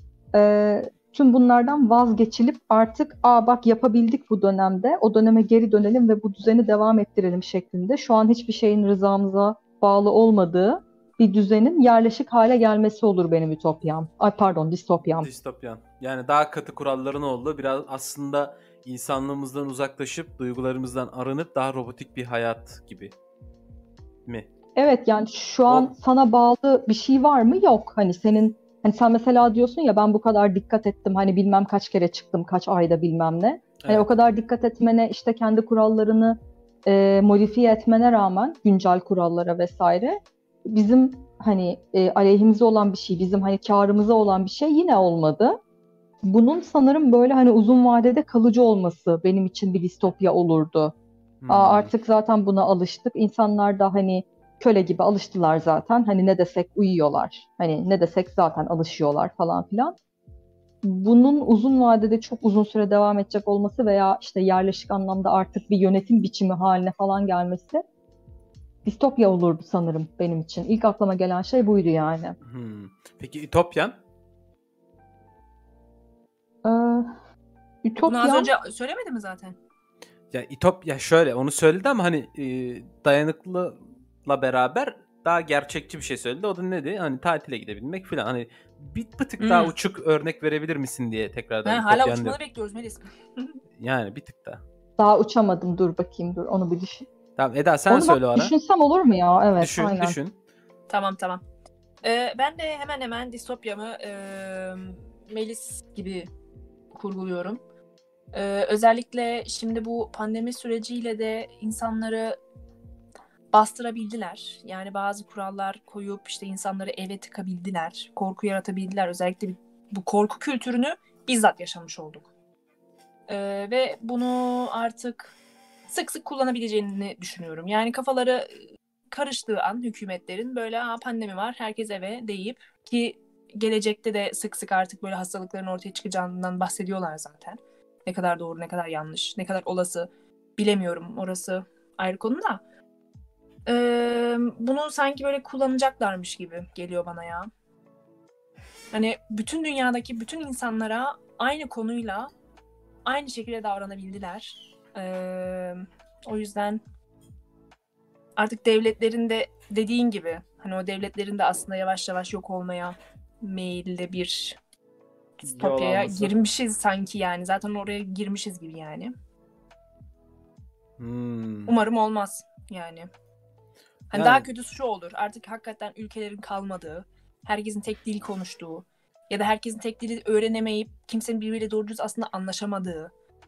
Tüm bunlardan vazgeçilip artık aa bak yapabildik bu dönemde, o döneme geri dönelim ve bu düzeni devam ettirelim şeklinde. Şu an hiçbir şeyin rızamıza bağlı olmadığı bir düzenin yerleşik hale gelmesi olur benim ütopyam. Ay pardon, distopyam. Distopyan. Yani daha katı kuralların olduğu, biraz aslında insanlığımızdan uzaklaşıp duygularımızdan arınıp daha robotik bir hayat gibi mi? Evet yani şu an O sana bağlı bir şey var mı? Yok. Hani senin hani sen mesela diyorsun ya ben bu kadar dikkat ettim. Hani bilmem kaç kere çıktım, kaç ayda bilmem ne. Hani o evet. kadar dikkat etmene işte kendi kurallarını modifiye etmene rağmen güncel kurallara vesaire bizim hani aleyhimize olan bir şey, bizim hani kârımıza olan bir şey yine olmadı. Bunun sanırım böyle hani uzun vadede kalıcı olması benim için bir distopya olurdu. Hmm. Artık zaten buna alıştık. İnsanlar da hani köle gibi alıştılar zaten. Hani ne desek uyuyorlar. Hani ne desek zaten alışıyorlar falan filan. Bunun uzun vadede çok uzun süre devam edecek olması veya işte yerleşik anlamda artık bir yönetim biçimi haline falan gelmesi distopya olurdu sanırım benim için. İlk aklıma gelen şey buydu yani. Peki Ütopyan? Ee, Bunu az Ütopyan önce söylemedi mi zaten? Ya Ütopya şöyle onu söyledi ama hani dayanıklılıkla beraber daha gerçekçi bir şey söyledi. O da neydi? Hani tatile gidebilmek falan. Hani bir tık daha uçuk örnek verebilir misin diye tekrardan Hala Ütopyan uçmalı diyorum. bekliyoruz Melis. Yani bir tık daha. daha uçamadım, dur bakayım, dur onu bir düşün. Tamam Eda sen Onu söyle o bak ara. düşünsem olur mu ya? Evet, Düşün, aynen. düşün. Tamam. Ben de hemen hemen distopyamı Melis gibi kurguluyorum. Özellikle şimdi bu pandemi süreciyle de insanları bastırabildiler. Yani bazı kurallar koyup işte insanları eve tıkabildiler. Korku yaratabildiler. Özellikle bu korku kültürünü bizzat yaşamış olduk. Ve bunu artık sık sık kullanabileceğini düşünüyorum. Yani kafaları karıştığı an hükümetlerin böyle pandemi var herkes eve deyip ki gelecekte de sık sık artık böyle hastalıkların ortaya çıkacağından bahsediyorlar zaten. Ne kadar doğru, ne kadar yanlış, ne kadar olası bilemiyorum. Orası ayrı konu da. Bunu sanki böyle kullanacaklarmış gibi geliyor bana ya. Hani bütün dünyadaki bütün insanlara aynı konuyla aynı şekilde davranabildiler. O yüzden artık devletlerin de dediğin gibi hani o devletlerin de aslında yavaş yavaş yok olmaya meyilli bir Yol distopyaya alması. girmişiz sanki yani. Zaten oraya girmişiz gibi yani. Hmm. Umarım olmaz yani. Hani Yani daha kötüsü şu olur. Artık hakikaten ülkelerin kalmadığı, herkesin tek dil konuştuğu ya da herkesin tek dili öğrenemeyip kimsenin birbiriyle doğru düz aslında anlaşamadığı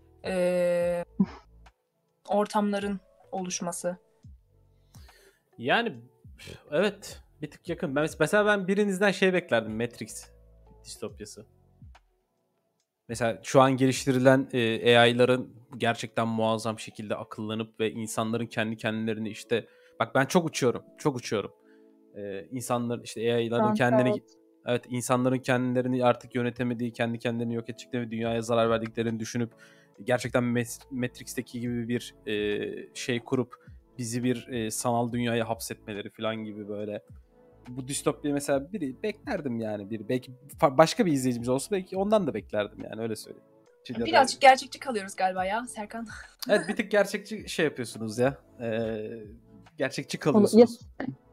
ortamların oluşması. Yani evet bir tık yakın. Mesela ben birinizden şey beklerdim, Matrix distopyası. Mesela şu an geliştirilen AI'ların gerçekten muazzam şekilde akıllanıp ve insanların kendi kendilerini işte bak ben çok uçuyorum. Çok uçuyorum. İnsanlar işte AI'ların kendini Evet. evet insanların kendilerini artık yönetemediği, kendi kendilerini yok edeceklerini ve dünyaya zarar verdiklerini düşünüp gerçekten Matrix'teki gibi bir şey kurup bizi bir sanal dünyaya hapsetmeleri falan gibi böyle. Bu distopya mesela biri beklerdim yani bir belki başka bir izleyicimiz olsa belki ondan da beklerdim yani öyle söyleyeyim. Ya da, Birazcık gerçekçi kalıyoruz galiba ya Serkan. evet bir tık gerçekçi şey yapıyorsunuz ya. Gerçekçi Ya, kalıyorsunuz.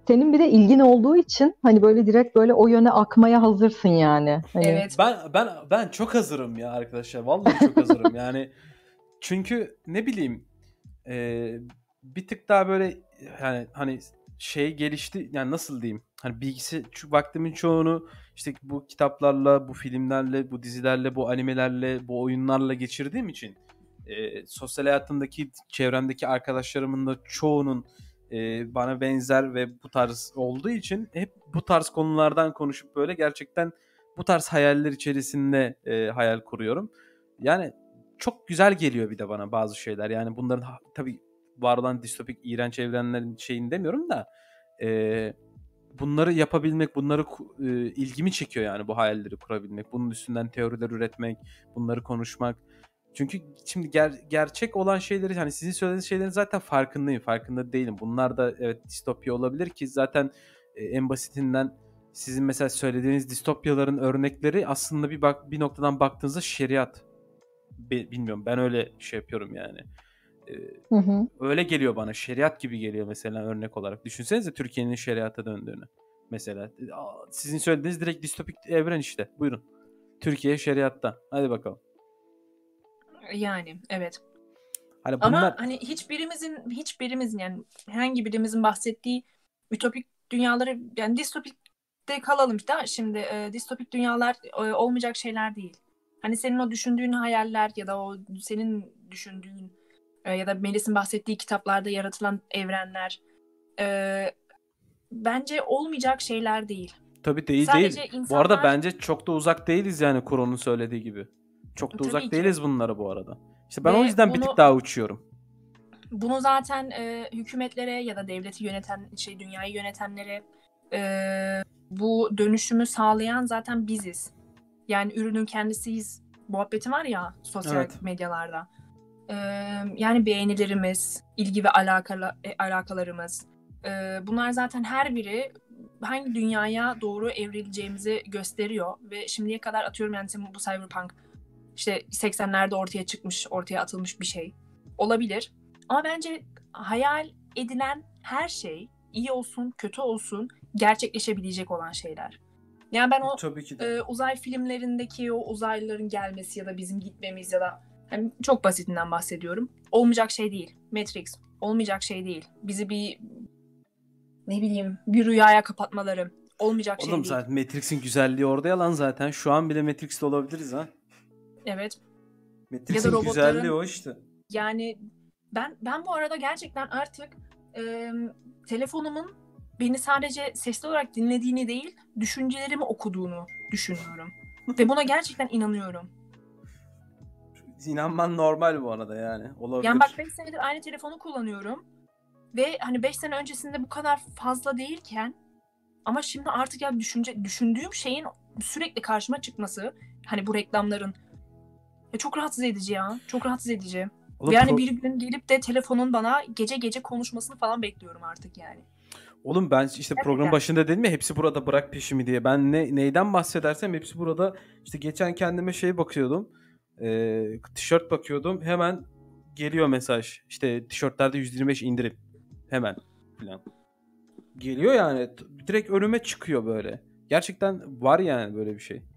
senin bir de ilgin olduğu için hani böyle direkt böyle o yöne akmaya hazırsın yani. Hani Evet. Ben çok hazırım ya arkadaşlar. Vallahi çok hazırım. Yani çünkü ne bileyim bir tık daha böyle yani hani şey gelişti yani nasıl diyeyim? Hani vaktimin çoğunu işte bu kitaplarla, bu filmlerle, bu dizilerle, bu animelerle, bu oyunlarla geçirdiğim için sosyal hayatımdaki, çevremdeki arkadaşlarımın da çoğunun bana benzer ve bu tarz olduğu için hep bu tarz konulardan konuşup böyle gerçekten bu tarz hayaller içerisinde hayal kuruyorum. Yani çok güzel geliyor bir de bana bazı şeyler. Yani bunların tabii var olan distopik, iğrenç evrenlerin şeyini demiyorum da bunları yapabilmek, ilgimi çekiyor yani bu hayalleri kurabilmek. Bunun üstünden teoriler üretmek, bunları konuşmak. Çünkü şimdi gerçek olan şeyleri hani sizin söylediğiniz şeylerin zaten farkındayım. Farkında değilim. Bunlar da evet distopya olabilir ki zaten en basitinden sizin mesela söylediğiniz distopyaların örnekleri aslında bir noktadan baktığınızda şeriat. Bilmiyorum ben öyle şey yapıyorum yani. Öyle geliyor bana. Şeriat gibi geliyor mesela örnek olarak. Düşünsenize Türkiye'nin şeriata döndüğünü. Mesela sizin söylediğiniz direkt distopik evren işte. Buyurun. Türkiye şeriatta. Hadi bakalım. Yani evet. Hani Ama bunlar hani hiçbirimizin yani herhangi birimizin bahsettiği ütopik dünyaları yani distopikte kalalım işte şimdi distopik dünyalar olmayacak şeyler değil. Hani senin o düşündüğün hayaller ya da o senin düşündüğün ya da Melis'in bahsettiği kitaplarda yaratılan evrenler bence olmayacak şeyler değil. tabii değil. Sadece Bu arada insanlar bence çok da uzak değiliz yani Kuro'nun söylediği gibi. Çok da tabii uzak ki değiliz bunlara bu arada. İşte ben o ve yüzden bir tık daha uçuyorum. bunu zaten hükümetlere ya da devleti yöneten, dünyayı yönetenlere bu dönüşümü sağlayan zaten biziz. Yani ürünün kendisiyiz. Muhabbeti var ya sosyal Evet. medyalarda. Yani beğenilerimiz, ilgi ve alakalarımız. Bunlar zaten her biri hangi dünyaya doğru evrileceğimizi gösteriyor. Ve şimdiye kadar atıyorum yani bu Cyberpunk işte 80'lerde ortaya atılmış bir şey. Olabilir. Ama bence hayal edilen her şey iyi olsun, kötü olsun gerçekleşebilecek olan şeyler. Yani ben o Tabii ki de. uzay filmlerindeki o uzaylıların gelmesi ya da bizim gitmemiz ya da hani çok basitinden bahsediyorum. Olmayacak şey değil. Matrix olmayacak şey değil. Bizi bir rüyaya kapatmaları olmayacak şey Oğlum değil. zaten Matrix'in güzelliği orada yalan zaten. Şu an bile Matrix'te olabiliriz ha. Evet. Matrix'in Ya da güzelliği o işte. Yani ben bu arada gerçekten artık telefonumun beni sadece sesli olarak dinlediğini değil, düşüncelerimi okuduğunu düşünüyorum. Ve buna gerçekten inanıyorum. İnanman normal bu arada yani. Olabilir. Yani bak 5 senedir aynı telefonu kullanıyorum. Ve hani 5 sene öncesinde bu kadar fazla değilken ama şimdi artık ya düşündüğüm şeyin sürekli karşıma çıkması, hani bu reklamların çok rahatsız edici ya. Çok rahatsız edici. Oğlum, Yani bir gün gelip de telefonun bana gece gece konuşmasını falan bekliyorum artık yani. Oğlum ben işte program başında dedim ya hepsi burada bırak peşimi diye. Ben neyden bahsedersem hepsi burada. İşte geçen kendime bakıyordum. Tişört bakıyordum. Hemen geliyor mesaj. İşte tişörtlerde %25 indirim. Hemen falan. Geliyor yani. Direkt önüme çıkıyor böyle. Gerçekten var yani böyle bir şey.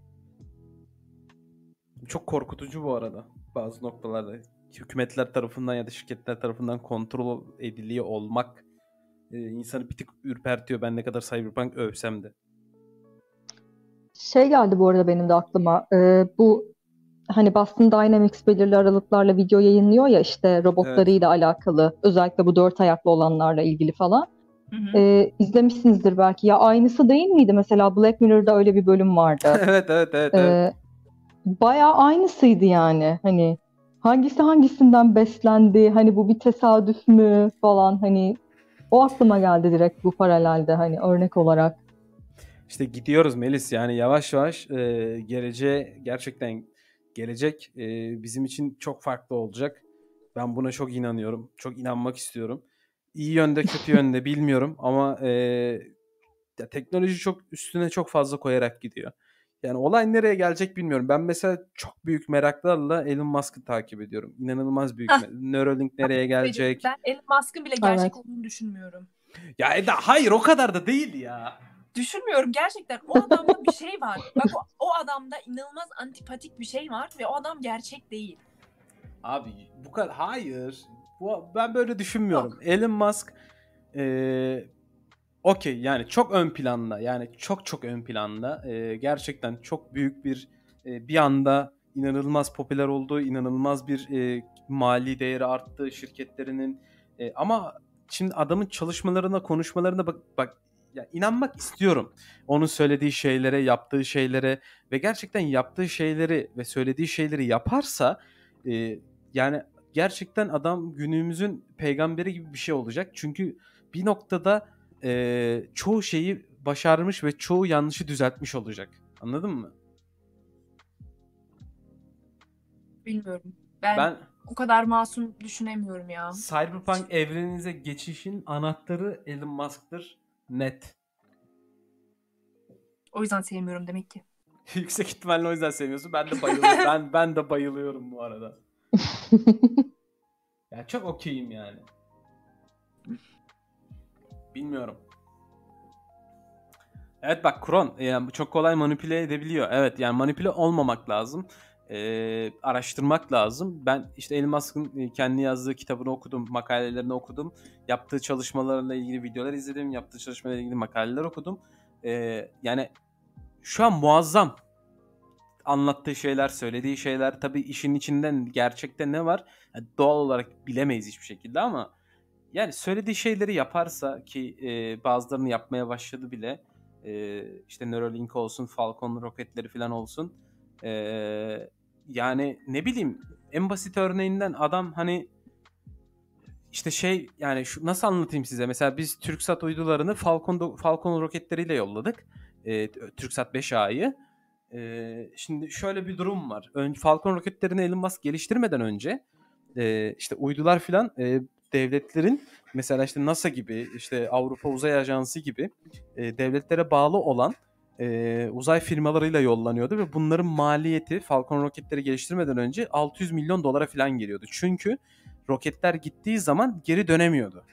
Çok korkutucu bu arada. Bazı noktalarda. Hükümetler tarafından ya da şirketler tarafından kontrol ediliyor olmak insanı bir tık ürpertiyor. Ben ne kadar Cyberpunk övsem de. Şey geldi bu arada benim de aklıma. Bu hani Boston Dynamics belirli aralıklarla video yayınlıyor ya işte robotlarıyla alakalı. Özellikle bu 4 ayaklı olanlarla ilgili falan. İzlemişsinizdir belki. Ya aynısı değil miydi? Mesela Black Mirror'da öyle bir bölüm vardı. Evet. Bayağı aynısıydı yani. Hani hangisi hangisinden beslendi? Hani bu bir tesadüf mü falan hani o aklıma geldi direkt bu paralelde hani örnek olarak. İşte gidiyoruz Melis yani yavaş yavaş gerçekten gelecek bizim için çok farklı olacak. Ben buna çok inanıyorum. Çok inanmak istiyorum. İyi yönde kötü yönde bilmiyorum ama ya teknoloji üstüne çok fazla koyarak gidiyor. Yani olay nereye gelecek bilmiyorum. Ben mesela çok büyük meraklarla Elon Musk'ı takip ediyorum. İnanılmaz büyük. Neuralink nereye gelecek? Ben Elon Musk'ın bile gerçek olduğunu düşünmüyorum. Ya Eda hayır o kadar da değil ya. Düşünmüyorum gerçekten. O adamda bir şey var. Bak o adamda inanılmaz antipatik bir şey var ve o adam gerçek değil. Abi bu kadar hayır. Ben böyle düşünmüyorum. Yok. Elon Musk okey yani çok ön planda yani çok ön planda gerçekten çok büyük bir anda inanılmaz popüler oldu, inanılmaz bir mali değeri arttı şirketlerinin ama şimdi adamın çalışmalarına konuşmalarına bak ya inanmak istiyorum onun söylediği şeylere yaptığı şeylere ve gerçekten yaptığı şeyleri ve söylediği şeyleri yaparsa yani gerçekten adam günümüzün peygamberi gibi bir şey olacak çünkü bir noktada çoğu şeyi başarmış ve çoğu yanlışı düzeltmiş olacak. Anladın mı? Bilmiyorum. Ben Ben o kadar masum düşünemiyorum ya. Cyberpunk evreninize geçişin anahtarı Elon Musk'tır. Net. O yüzden sevmiyorum demek ki. Yüksek ihtimalle o yüzden sevmiyorsun. Ben de bayılıyorum. ben de bayılıyorum bu arada. Ya çok okeyim yani. Bilmiyorum. Evet bak Kron yani çok kolay manipüle edebiliyor. Evet yani manipüle olmamak lazım. Araştırmak lazım. Ben işte Elon Musk'ın kendi yazdığı kitabını okudum, makalelerini okudum. Yaptığı çalışmalarla ilgili videolar izledim. Yaptığı çalışmalarla ilgili makaleler okudum. Yani şu an muazzam anlattığı şeyler, söylediği şeyler. Tabii işin içinden gerçekten ne var? Yani doğal olarak bilemeyiz hiçbir şekilde ama yani söylediği şeyleri yaparsa ki bazılarını yapmaya başladı bile. İşte Neuralink olsun, Falcon roketleri falan olsun. Yani ne bileyim en basit örneğinden adam hani işte şey yani şu nasıl anlatayım size? Mesela biz TürkSat uydularını Falcon roketleriyle yolladık. TürkSat 5A'yı. Şimdi şöyle bir durum var. Falcon roketlerini Elon Musk geliştirmeden önce işte uydular filan devletlerin mesela işte NASA gibi işte Avrupa Uzay Ajansı gibi devletlere bağlı olan uzay firmalarıyla yollanıyordu ve bunların maliyeti Falcon roketleri geliştirmeden önce 600 milyon dolara filan geliyordu. Çünkü roketler gittiği zaman geri dönemiyordu.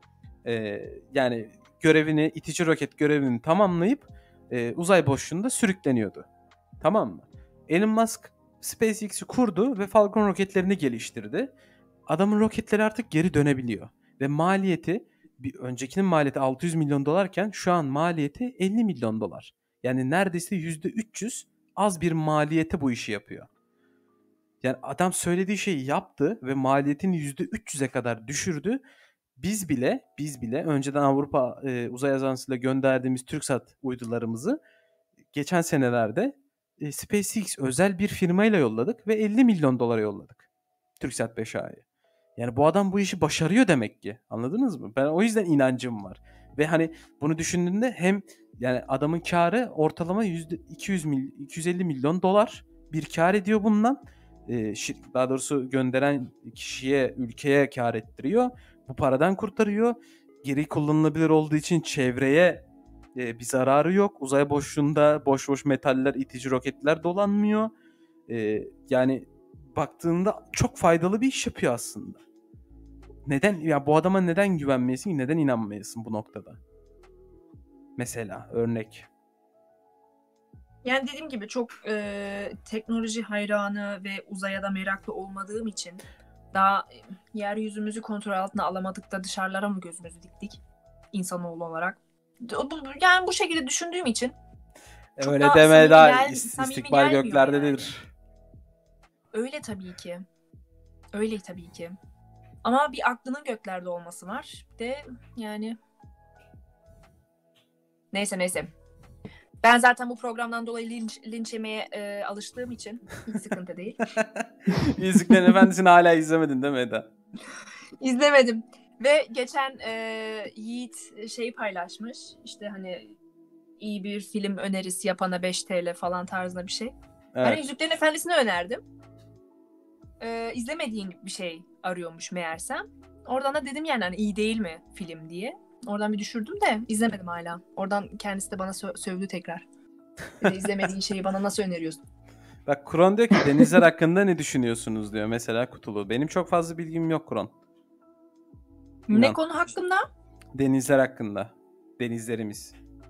Yani itici roket görevini tamamlayıp uzay boşluğunda sürükleniyordu. Tamam mı? Elon Musk SpaceX'i kurdu ve Falcon roketlerini geliştirdi. Adamın roketleri artık geri dönebiliyor. Ve maliyeti bir öncekinin maliyeti 600 milyon dolarken şu an maliyeti 50 milyon dolar. Yani neredeyse %300 az bir maliyete bu işi yapıyor. Yani adam söylediği şeyi yaptı ve maliyetini %300'e kadar düşürdü. Biz bile önceden Avrupa Uzay Ajansı'yla gönderdiğimiz TürkSat uydularımızı geçen senelerde SpaceX özel bir firmayla yolladık ve 50 milyon dolara yolladık. TürkSat 5A'yı. Yani bu adam bu işi başarıyor demek ki. Anladınız mı? Ben o yüzden inancım var. Ve hani bunu düşündüğünde hem yani adamın karı ortalama 250 milyon dolar bir kar ediyor bundan. Daha doğrusu gönderen kişiye, ülkeye kar ettiriyor. Bu paradan kurtarıyor. Geri kullanılabilir olduğu için çevreye bir zararı yok. Uzay boşluğunda boş metaller, itici roketler dolanmıyor. Yani baktığında çok faydalı bir iş yapıyor aslında. Neden ya bu adama neden güvenmeyesin, neden inanmayasın bu noktada? Mesela örnek. Yani dediğim gibi çok teknoloji hayranı ve uzaya da meraklı olmadığım için daha yeryüzümüzü kontrol altına alamadık da dışarılara mı gözümüzü diktik insanoğlu olarak? Yani bu şekilde düşündüğüm için çok Öyle daha deme daha samimi istikbal gelmiyor göklerdedir. yani. Öyle tabii ki. Öyle tabii ki. Ama bir aklının göklerde olması var. Bir de yani neyse. Ben zaten bu programdan dolayı linç yemeye alıştığım için hiç sıkıntı değil. Yüzüklerin Efendisi'ni hala izlemedin değil mi Eda? İzlemedim. Ve geçen Yiğit paylaşmış. İşte hani iyi bir film önerisi yapana 5 TL falan tarzında bir şey. Evet. Ben Yüzüklerin Efendisi'ni önerdim. İzlemediğin bir şey arıyormuş meğersem. Oradan da dedim yani hani iyi değil mi film diye. Oradan bir düşürdüm de izlemedim hala. Oradan kendisi de bana sövdü tekrar. İzlemediğin şeyi bana nasıl öneriyorsun? Bak Kuron diyor ki denizler hakkında ne düşünüyorsunuz diyor mesela Kutulu. Benim çok fazla bilgim yok Kuron. Ne konu hakkında? Denizler hakkında. Denizlerimiz.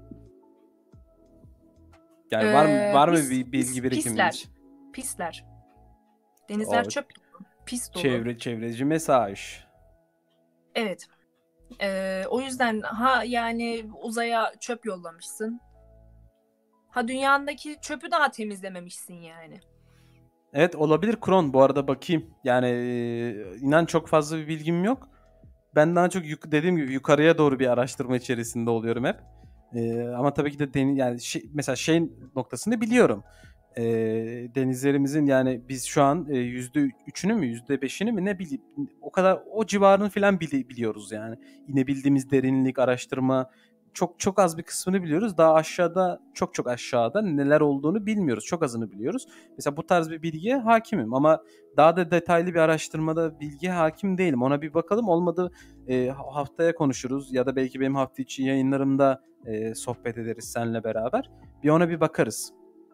Yani var mı bir bilgi birikimimiz? Pisler. Denizler çöp dolu. Pis dolu. Çevreci mesaj. Evet. O yüzden yani uzaya çöp yollamışsın. Dünyandaki çöpü daha temizlememişsin yani. Evet, olabilir Kron. Bu arada bakayım. Yani inan çok fazla bir bilgim yok. Ben daha çok dediğim gibi yukarıya doğru bir araştırma içerisinde oluyorum hep. Ama tabii ki de yani mesela şeyin noktasını biliyorum. Denizlerimizin yani biz şu an %3'ünü mü %5'ini mi ne o kadar o civarını falan biliyoruz yani. İnebildiğimiz derinlik, araştırma çok az bir kısmını biliyoruz. Daha aşağıda çok aşağıda neler olduğunu bilmiyoruz. Çok azını biliyoruz. Mesela bu tarz bir bilgiye hakimim ama daha da detaylı bir araştırmada bilgiye hakim değilim. Ona bir bakalım. Olmadı haftaya konuşuruz ya da belki benim hafta içi yayınlarımda sohbet ederiz seninle beraber. Bir ona bir bakarız.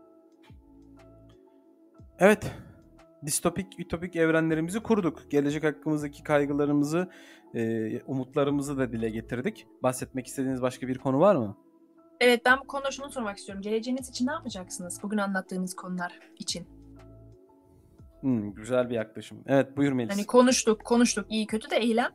Evet. Distopik, ütopik evrenlerimizi kurduk. Gelecek hakkımızdaki kaygılarımızı, umutlarımızı da dile getirdik. Bahsetmek istediğiniz başka bir konu var mı? Evet, ben bu konuda şunu sormak istiyorum. Geleceğiniz için ne yapacaksınız? Bugün anlattığınız konular için. Güzel bir yaklaşım. Evet, buyur Melis. Hani konuştuk. İyi kötü de eylem.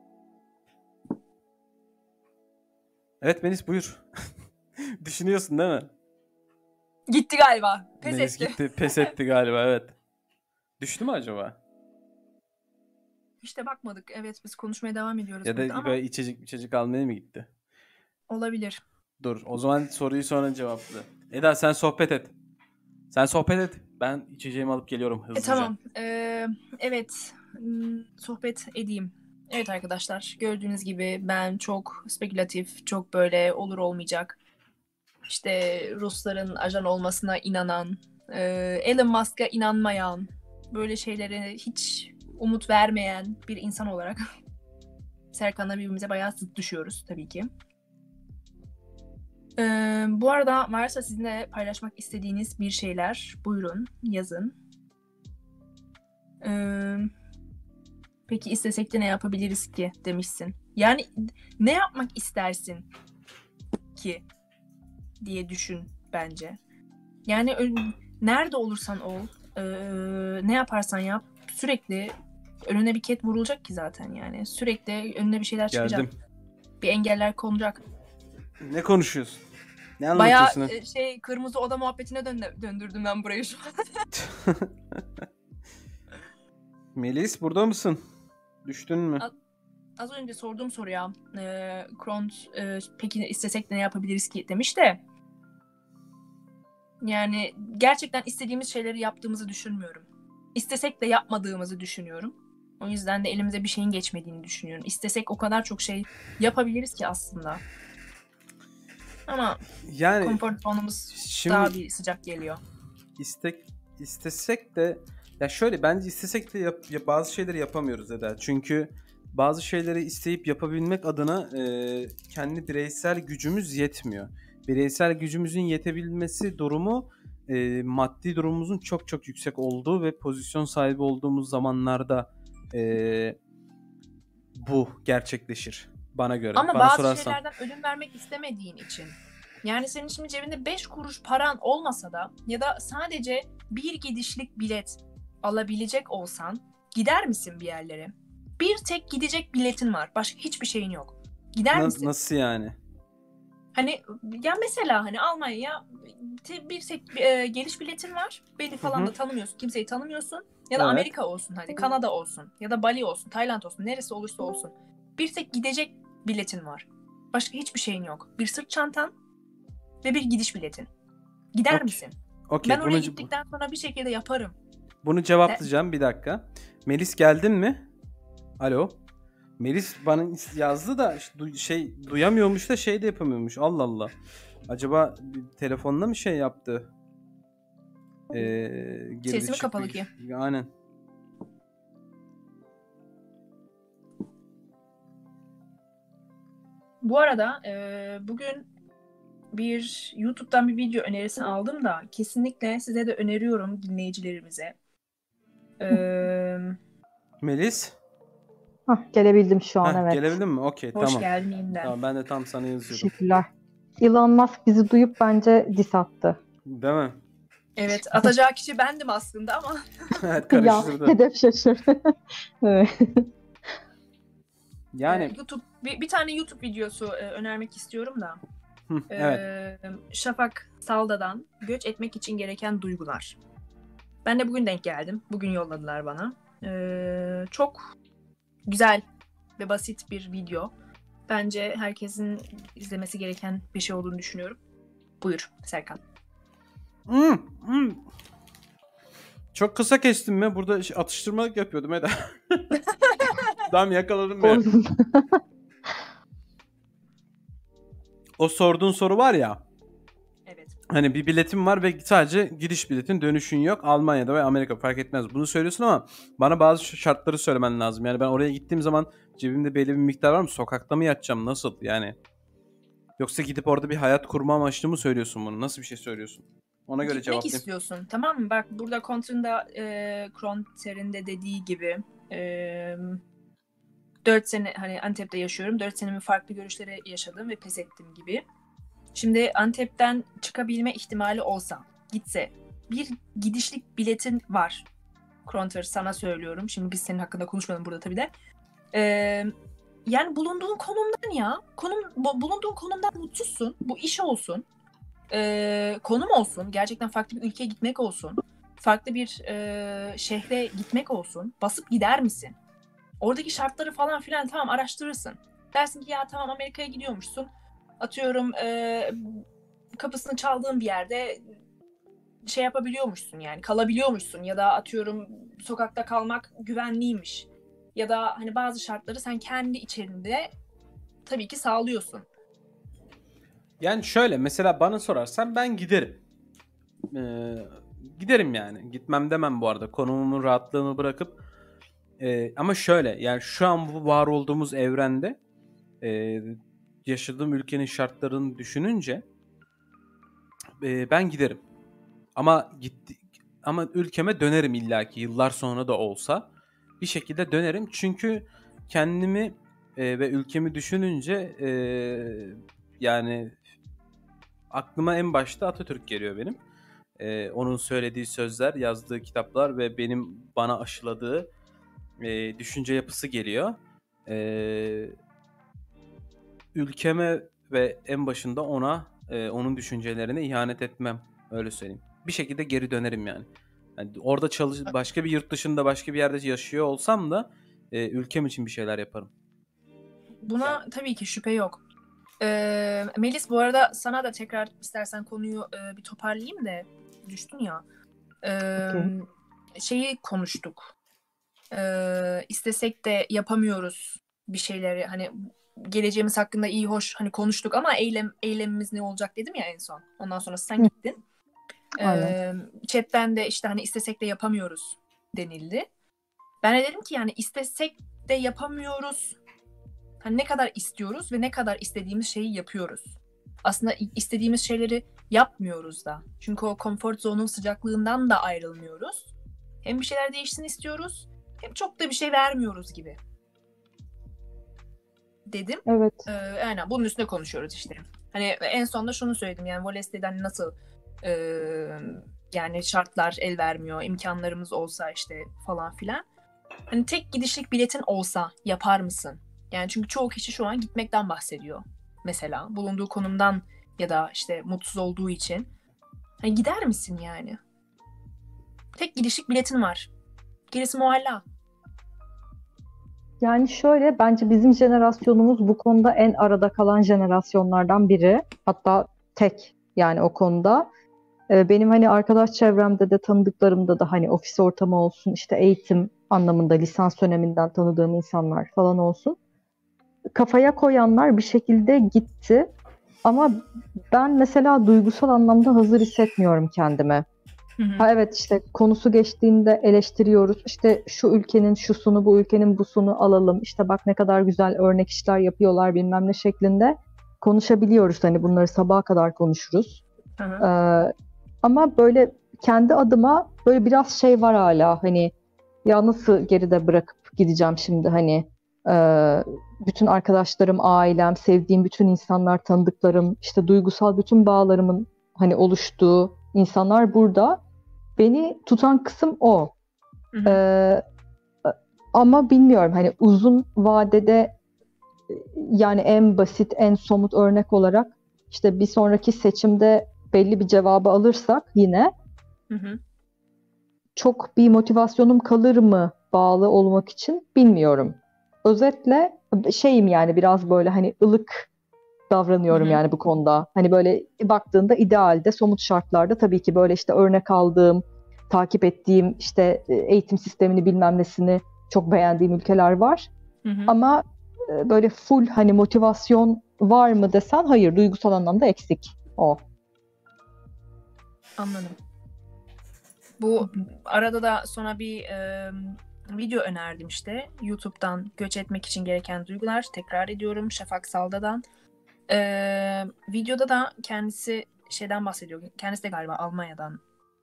Evet Melis, buyur. Düşünüyorsun değil mi? Gitti galiba. Melis gitti. Pes etti galiba, evet. Düştü mü acaba? İşte bakmadık. Evet, biz konuşmaya devam ediyoruz ya da ama... böyle içecek almaya mı gitti? Olabilir. Dur, o zaman soruyu sonra cevapla. Eda sen sohbet et. Ben içeceğimi alıp geliyorum hızlıca. Tamam. Evet. Sohbet edeyim. Evet arkadaşlar. Gördüğünüz gibi ben çok spekülatif, çok böyle olur olmayacak. İşte Rusların ajan olmasına inanan, Elon Musk'a inanmayan, böyle şeylere hiç umut vermeyen bir insan olarak Serkan'la birbirimize bayağı zıt düşüyoruz tabii ki. Bu arada varsa sizinle paylaşmak istediğiniz bir şeyler buyurun yazın. Peki istesek de ne yapabiliriz ki demişsin. Yani ne yapmak istersin ki diye düşün bence. Yani nerede olursan ol, ne yaparsan yap sürekli önüne bir ket vurulacak ki zaten yani. Sürekli önüne bir şeyler çıkacak. Geldim. Bir engeller konacak. Ne konuşuyorsun? Ne anlatıyorsun? Bayağı kırmızı oda muhabbetine döndürdüm ben burayı şu an. Melis burada mısın? Düştün mü? Az önce sorduğum soruya Kront peki istesek de ne yapabiliriz ki demiş de yani gerçekten istediğimiz şeyleri yaptığımızı düşünmüyorum. İstesek de yapmadığımızı düşünüyorum. O yüzden de elimize bir şeyin geçmediğini düşünüyorum. İstesek o kadar çok şey yapabiliriz ki aslında. Ama yani konfor zonumuz daha bir sıcak geliyor. İstesek de ya şöyle bence istesek de bazı şeyleri yapamıyoruz Eda. Çünkü bazı şeyleri isteyip yapabilmek adına kendi bireysel gücümüz yetmiyor. Bireysel gücümüzün yetebilmesi durumu maddi durumumuzun çok yüksek olduğu ve pozisyon sahibi olduğumuz zamanlarda bu gerçekleşir bana göre. Ama bana bazı sorarsan. şeylerden ödün vermek istemediğin için. Yani senin şimdi cebinde 5 kuruş paran olmasa da ya da sadece bir gidişlik bilet alabilecek olsan gider misin bir yerlere? Bir tek gidecek biletin var. Başka hiçbir şeyin yok. Gider misin? Nasıl yani? Hani ya mesela hani Almanya'ya bir tek geliş biletin var. Beni falan da tanımıyorsun. Kimseyi tanımıyorsun. Ya da Amerika olsun hadi. Kanada olsun. Ya da Bali olsun. Tayland olsun. Neresi olursa olsun. Bir tek gidecek biletin var. Başka hiçbir şeyin yok. Bir sırt çantan ve bir gidiş biletin. Gider misin? Ben oraya gittikten sonra bir şekilde yaparım. Bunu cevaplayacağım bir dakika. Melis geldin mi? Alo. Melis bana yazdı da duyamıyormuş da de yapamıyormuş. Allah Allah. Acaba telefonla mı yaptı? Sesi mi kapalı ki? Aynen. Bu arada bugün bir YouTube'dan bir video önerisi aldım da kesinlikle size de öneriyorum dinleyicilerimize. Melis? Gelebildim şu an, evet. Gelebildin mi? Okey, Hoş tamam. geldin yeniden. Tamam, ben de tam sana yazıyordum. Teşekkürler. Elon Musk bizi duyup bence diss attı. Değil mi? Evet, atacağı kişi bendim aslında ama Evet, Ya karıştırdı. hedef şaşırdı. Evet. Yani YouTube bir tane YouTube videosu önermek istiyorum da. evet. Şafak Salda'dan Göç Etmek için Gereken Duygular. Ben de bugün denk geldim. Bugün yolladılar bana. Çok güzel ve basit bir video. Bence herkesin izlemesi gereken bir şey olduğunu düşünüyorum. Buyur Serkan. Çok kısa kestim mi? Burada atıştırmalık yapıyordum Eda. Tamam, yakaladım beni. O sorduğun soru var ya. Evet. Hani bir biletim var ve sadece gidiş biletin, dönüşün yok. Almanya'da ve Amerika fark etmez. Bunu söylüyorsun ama bana bazı şartları söylemen lazım. Yani ben oraya gittiğim zaman cebimde belli bir miktar var mı? Sokakta mı yatacağım? Nasıl yani? Yoksa gidip orada bir hayat kurma amaçlı mı söylüyorsun bunu? Nasıl bir şey söylüyorsun? Ona göre Gitmek cevaplayayım. istiyorsun, tamam mı? Bak burada Kronter'in de dediği gibi 4 sene hani Antep'te yaşıyorum. 4 senemi farklı görüşlere yaşadım ve pes ettim gibi. Şimdi Antep'ten çıkabilme ihtimali olsa, gitse, bir gidişlik biletin var. Kronter, sana söylüyorum. Şimdi biz senin hakkında konuşmayalım burada tabii de. Yani bulunduğun konumdan bulunduğun konumdan mutsuzsun. Bu iş olsun. Konum olsun. Gerçekten farklı bir ülkeye gitmek olsun. Farklı bir şehre gitmek olsun. Basıp gider misin? Oradaki şartları falan filan tamam araştırırsın. Dersin ki ya tamam Amerika'ya gidiyormuşsun. Atıyorum kapısını çaldığın bir yerde şey yapabiliyormuşsun yani kalabiliyormuşsun ya da atıyorum sokakta kalmak güvenliymiş. Ya da hani bazı şartları sen kendi içerisinde tabii ki sağlıyorsun. Yani şöyle mesela bana sorarsan ben giderim. Giderim yani. Gitmem demem bu arada. Konumumun rahatlığını bırakıp ama şöyle yani şu an bu var olduğumuz evrende yaşadığım ülkenin şartlarını düşününce ben giderim. Ama ülkeme dönerim illaki yıllar sonra da olsa. Bir şekilde dönerim. Çünkü kendimi ve ülkemi düşününce yani aklıma en başta Atatürk geliyor benim. Onun söylediği sözler, yazdığı kitaplar ve bana aşıladığı düşünce yapısı geliyor. Ülkeme ve en başında onun düşüncelerine ihanet etmem. Öyle söyleyeyim. Bir şekilde geri dönerim yani. Yani orada başka bir yurt dışında başka bir yerde yaşıyor olsam da ülkem için bir şeyler yaparım. Buna tabii ki şüphe yok. Melis bu arada sana da tekrar istersen konuyu bir toparlayayım da düştün ya. Okay. Şeyi konuştuk. İstesek de yapamıyoruz bir şeyleri. Hani geleceğimiz hakkında iyi hoş hani konuştuk ama eylemimiz ne olacak dedim ya en son. Ondan sonra sen gittin. Chatten de işte hani istesek de yapamıyoruz denildi. Ben de dedim ki yani istesek de yapamıyoruz. Hani ne kadar istiyoruz ve ne kadar istediğimiz şeyi yapıyoruz. Aslında istediğimiz şeyleri yapmıyoruz da. Çünkü o comfort zone'un sıcaklığından da ayrılmıyoruz. Hem bir şeyler değişsin istiyoruz, hem çok da bir şey vermiyoruz gibi. Dedim. Evet. Aynen bunun üstüne konuşuyoruz işte. Hani en sonunda şunu söyledim yani Voleste'den nasıl yani şartlar el vermiyor, imkanlarımız olsa işte falan filan. Hani tek gidişlik biletin olsa yapar mısın? Yani çünkü çoğu kişi şu an gitmekten bahsediyor. Mesela bulunduğu konumdan ya da işte mutsuz olduğu için. Hani gider misin yani? Tek gidişlik biletin var. Gerisi mualla. Yani şöyle bence bizim jenerasyonumuz bu konuda en arada kalan jenerasyonlardan biri. Hatta tek yani o konuda. Benim hani arkadaş çevremde de tanıdıklarımda da hani ofis ortamı olsun işte eğitim anlamında lisans döneminden tanıdığım insanlar falan olsun. Kafaya koyanlar bir şekilde gitti. Ama ben mesela duygusal anlamda hazır hissetmiyorum kendimi. Ha evet işte konusu geçtiğinde eleştiriyoruz. İşte şu ülkenin şusunu, bu ülkenin busunu alalım. İşte bak ne kadar güzel örnek işler yapıyorlar bilmem ne şeklinde konuşabiliyoruz. Hani bunları sabaha kadar konuşuruz. Ama böyle kendi adıma böyle biraz şey var hala hani ya nasıl geride bırakıp gideceğim şimdi hani Bütün arkadaşlarım, ailem, sevdiğim bütün insanlar, tanıdıklarım, işte duygusal bütün bağlarımın hani oluştuğu insanlar burada. Beni tutan kısım o. Hı hı. Ama bilmiyorum hani uzun vadede yani en basit, en somut örnek olarak işte bir sonraki seçimde belli bir cevabı alırsak yine Hı hı. çok bir motivasyonum kalır mı bağlı olmak için bilmiyorum. Özetle şeyim yani biraz böyle hani ılık davranıyorum Hı hı. yani bu konuda. Hani böyle baktığında idealde, somut şartlarda tabii ki böyle işte örnek aldığım, takip ettiğim işte eğitim sistemini bilmem nesini çok beğendiğim ülkeler var. Hı hı. Ama böyle full hani motivasyon var mı desen hayır, duygusal anlamda eksik o. Anladım. Bu arada da sonra bir video önerdim işte. YouTube'dan göç etmek için gereken duygular. Tekrar ediyorum. Şafak Salda'dan. Videoda da kendisi şeyden bahsediyor. Kendisi de galiba Almanya'dan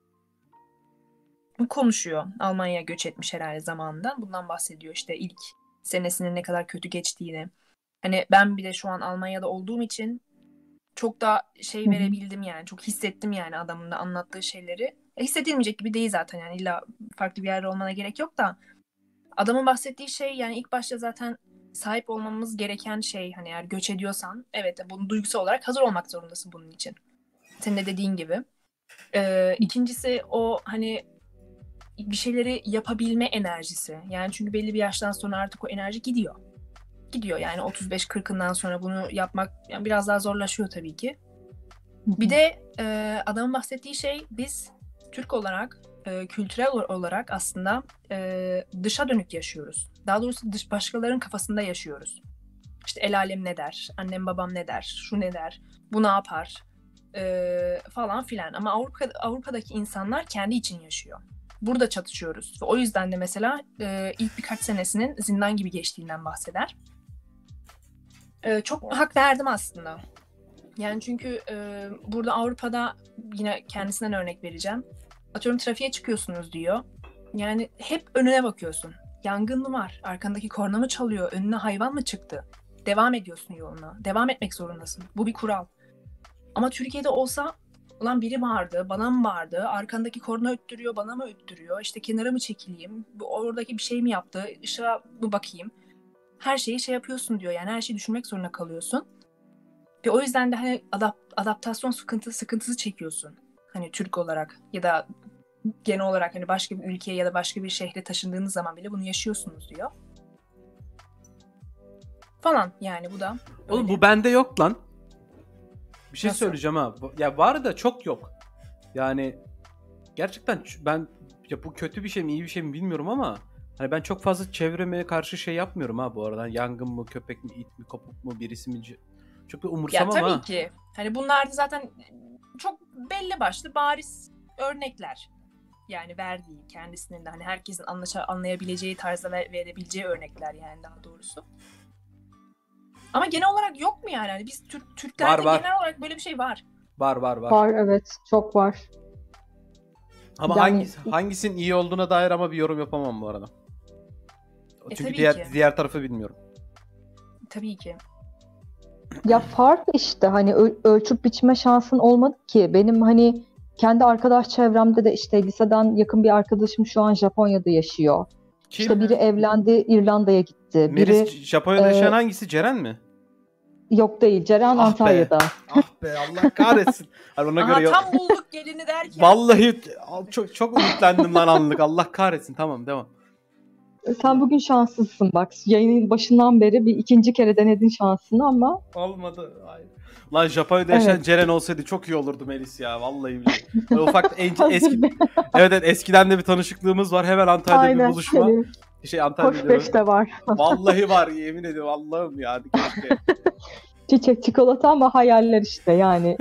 konuşuyor. Almanya'ya göç etmiş herhalde zamanında. Bundan bahsediyor işte ilk senesinin ne kadar kötü geçtiğini. Hani ben bir de şu an Almanya'da olduğum için çok da şey verebildim yani. Çok hissettim yani adamın da anlattığı şeyleri. Hissedilmeyecek gibi değil zaten yani illa farklı bir yerde olmana gerek yok da. Adamın bahsettiği şey yani ilk başta zaten sahip olmamız gereken şey hani eğer göç ediyorsan evet bunu duygusal olarak hazır olmak zorundasın bunun için. Senin de dediğin gibi. İkincisi o hani bir şeyleri yapabilme enerjisi. Yani çünkü belli bir yaştan sonra artık o enerji gidiyor. Gidiyor yani 35-40'ından sonra bunu yapmak yani biraz daha zorlaşıyor tabii ki. Bir de adamın bahsettiği şey biz Türk olarak kültürel olarak aslında dışa dönük yaşıyoruz. Daha doğrusu başkalarının kafasında yaşıyoruz. İşte el alem ne der, annem babam ne der, şu ne der, bu ne yapar falan filan. Ama Avrupa'daki insanlar kendi için yaşıyor. Burada çatışıyoruz. Ve o yüzden de mesela ilk birkaç senesinin zindan gibi geçtiğinden bahseder. Çok hak verdim aslında. Yani çünkü burada Avrupa'da yine kendisinden örnek vereceğim. Atıyorum trafiğe çıkıyorsunuz diyor. Yani hep önüne bakıyorsun. Yangın mı var? Arkandaki korna mı çalıyor? Önüne hayvan mı çıktı? Devam ediyorsun yoluna. Devam etmek zorundasın. Bu bir kural. Ama Türkiye'de olsa ulan biri bağırdı, bana mı bağırdı? Arkandaki korna öttürüyor, bana mı öttürüyor? İşte kenara mı çekileyim? Oradaki bir şey mi yaptı? Işığa mı bakayım? Her şeyi şey yapıyorsun diyor. Yani her şeyi düşünmek zorunda kalıyorsun. Ve o yüzden de hani adaptasyon sıkıntısı çekiyorsun. Hani Türk olarak ya da genel olarak hani başka bir ülkeye ya da başka bir şehre taşındığınız zaman bile bunu yaşıyorsunuz diyor. Falan yani bu da öyle. Oğlum bu bende yok lan. Bir şey Nasıl? söyleyeceğim ha. Ya var da çok yok. Yani gerçekten ben ya bu kötü bir şey mi iyi bir şey mi bilmiyorum ama hani ben çok fazla çevreme karşı şey yapmıyorum ha bu arada. Hani yangın mı, köpek mi, it mi, kopuk mu, birisi mi çok da Ya umursamam tabii ha. ki. Hani bunlar da zaten çok belli başlı bariz örnekler. Yani verdiği kendisinin de hani herkesin anlayabileceği tarzda verebileceği örnekler yani daha doğrusu. Ama genel olarak yok mu yani? Hani biz Türklerde Var. genel olarak böyle bir şey var. Var. Var, evet, çok var. Ama Yani hangisinin iyi olduğuna dair ama bir yorum yapamam bu arada. Çünkü tabii ki. diğer tarafı bilmiyorum. Tabii ki. ya fark işte hani ölçüp biçme şansın olmadı ki. Benim hani kendi arkadaş çevremde de işte liseden yakın bir arkadaşım şu an Japonya'da yaşıyor. Kim? İşte biri evlendi, İrlanda'ya gitti. Biri Japonya'da yaşayan hangisi? Ceren mi? yok değil, Ceren Ah be. Antalya'da. Ah be Allah kahretsin. Hani ona göre Tam bulduk gelini derken. Vallahi çok ümitlendim lan anlık. Allah kahretsin. Tamam devam. Sen bugün şanslısın bak. Yayının başından beri bir ikinci kere denedin şansını ama Olmadı. Hayır. Lan Japonya'da yaşayan Evet. Ceren olsaydı çok iyi olurdu Melis ya. Vallahi billahi. Böyle ufak hazır bir evet eskiden de bir tanışıklığımız var. Hemen Antalya'da bir aynen. buluşma. Hani Antalya'da hoşbeş de var. Vallahi var yemin ediyorum Allah'ım ya. Keşke. Çiçek, çikolata ama hayaller işte yani.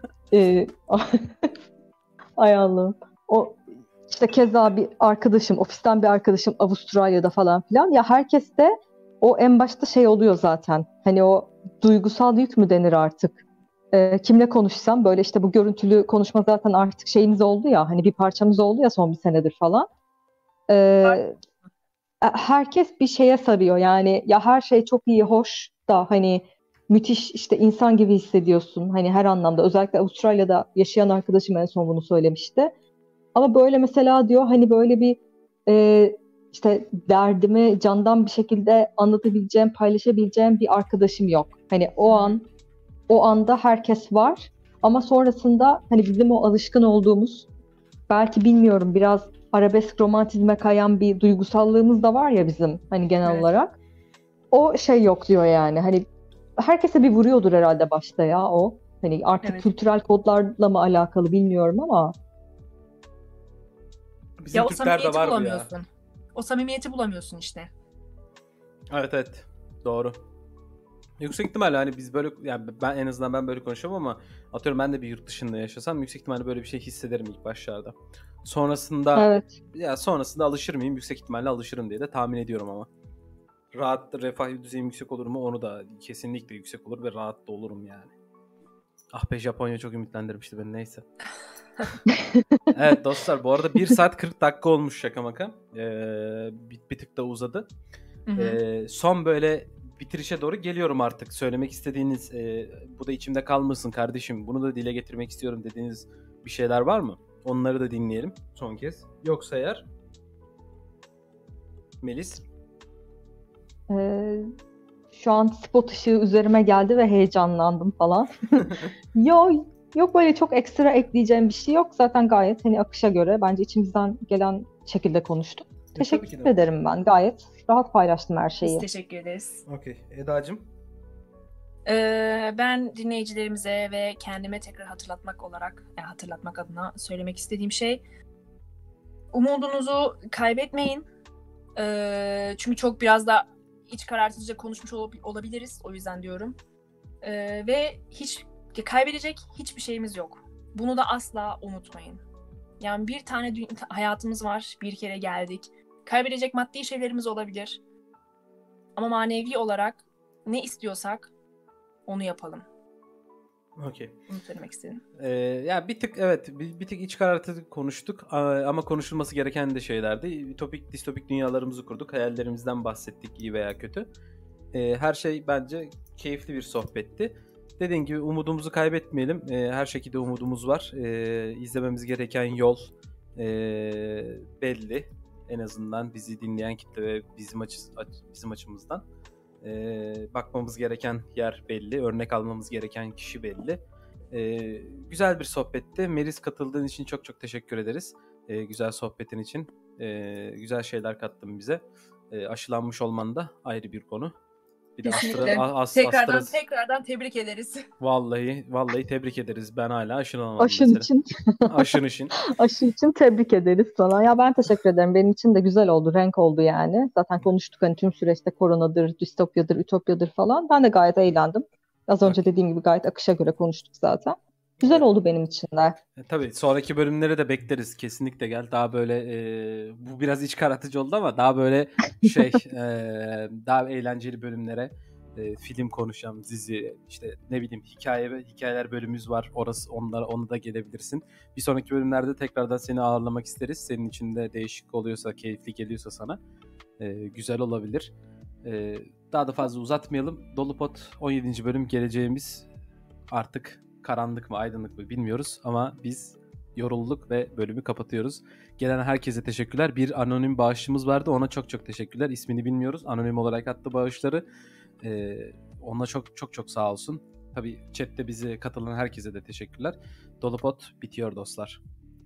Ay Allah'ım. O işte keza bir arkadaşım, ofisten bir arkadaşım Avustralya'da falan filan. Ya herkes de o en başta şey oluyor zaten. Hani o duygusal yük mü denir artık? Kimle konuşsam böyle işte bu görüntülü konuşma zaten artık şeyimiz oldu ya. Hani bir parçamız oldu ya son bir senedir falan. herkes bir şeye sarıyor yani, ya her şey çok iyi hoş da hani müthiş işte insan gibi hissediyorsun hani her anlamda, özellikle Avustralya'da yaşayan arkadaşım en son bunu söylemişti. Ama böyle mesela diyor hani böyle bir e, işte derdimi candan bir şekilde anlatabileceğim, paylaşabileceğim bir arkadaşım yok. Hani o anda herkes var ama sonrasında hani bizim o alışkın olduğumuz, belki bilmiyorum, biraz arabesk romantizme kayan bir duygusallığımız da var ya bizim hani genel Evet. olarak. O şey yok diyor yani. Hani herkese bir vuruyordur herhalde başta ya o. Hani artık Evet. kültürel kodlarla mı alakalı bilmiyorum ama Bizim Ya o Türklerde samimiyeti var bu ya. bulamıyorsun. O samimiyeti bulamıyorsun işte. Evet. Doğru. Yüksek ihtimalle hani biz böyle, yani ben en azından ben böyle konuşuyorum ama atıyorum ben de bir yurt dışında yaşasam yüksek ihtimalle böyle bir şey hissederim ilk başlarda. Sonrasında evet. alışır mıyım? Yüksek ihtimalle alışırım diye de tahmin ediyorum ama. Rahat, refah düzeyim yüksek olur mu? Onu da kesinlikle yüksek olur ve rahat da olurum yani. Ah be, Japonya çok ümitlendirmişti beni, neyse. Evet dostlar, bu arada 1 saat 40 dakika olmuş şaka maka. Bir tık da uzadı. Son böyle bitirişe doğru geliyorum artık. Söylemek istediğiniz, bu da içimde kalmasın kardeşim, bunu da dile getirmek istiyorum dediğiniz bir şeyler var mı? Onları da dinleyelim son kez. Yoksa eğer Melis. Ee, Şu an spot ışığı üzerime geldi ve heyecanlandım falan. Yok, yok böyle çok ekstra ekleyeceğim bir şey yok. Zaten gayet hani akışa göre bence içimizden gelen şekilde konuştuk. Tabii ki Teşekkür de. ederim ben. Gayet rahat paylaştım her Biz şeyi. teşekkür ederiz. Okey. Eda'cığım. Ben dinleyicilerimize ve kendime tekrar hatırlatmak adına söylemek istediğim şey, umudunuzu kaybetmeyin. Çünkü çok biraz da iç karartıcı konuşmuş olabiliriz. O yüzden diyorum. Ve kaybedecek hiçbir şeyimiz yok. Bunu da asla unutmayın. Yani bir tane hayatımız var. Bir kere geldik. Kaybedecek maddi şeylerimiz olabilir. Ama manevi olarak ne istiyorsak onu yapalım. Okey. Bunu söylemek istedim. Ya bir tık evet, bir tık iç karartıcı konuştuk ama konuşulması gereken de şeylerdi. Ütopik, distopik dünyalarımızı kurduk. Hayallerimizden bahsettik, iyi veya kötü. Her şey bence keyifli bir sohbetti. Dediğim gibi umudumuzu kaybetmeyelim. Her şekilde umudumuz var. İzlememiz gereken yol belli. En azından bizi dinleyen kitle ve bizim açımızdan. Bakmamız gereken yer belli. Örnek almamız gereken kişi belli. Güzel bir sohbetti. Melis, katıldığın için çok çok teşekkür ederiz. Güzel sohbetin için. Güzel şeyler kattın bize. Aşılanmış olman da ayrı bir konu. Bir de Kesinlikle. Tekrardan tebrik ederiz. Vallahi tebrik ederiz. Ben hala aşılanamadım Aşın mesela. için. Aşın için. Aşı için tebrik ederiz sana. Ya ben teşekkür ederim. Benim için de güzel oldu, renk oldu yani. Zaten konuştuk hani tüm süreçte koronadır, distopyadır, ütopyadır falan. Ben de gayet eğlendim. Az önce Okay. dediğim gibi gayet akışa göre konuştuk zaten. Güzel oldu benim için de. Tabii sonraki bölümlere de bekleriz. Kesinlikle gel. Daha böyle bu biraz iç karartıcı oldu ama daha böyle daha eğlenceli bölümlere, film konuşacağım, dizi, işte ne bileyim hikayeler bölümümüz var. Onu da gelebilirsin. Bir sonraki bölümlerde tekrardan seni ağırlamak isteriz. Senin için de değişik oluyorsa, keyifli geliyorsa sana güzel olabilir. Daha da fazla uzatmayalım. Dolupot 17. bölüm, geleceğimiz artık karanlık mı aydınlık mı bilmiyoruz ama biz yorulduk ve bölümü kapatıyoruz. Gelen herkese teşekkürler. Bir anonim bağışçımız vardı, ona çok çok teşekkürler. İsmini bilmiyoruz. Anonim olarak attı bağışları. Ona çok çok çok sağ olsun. Tabii chatte bize katılan herkese de teşekkürler. Dolupot bitiyor dostlar.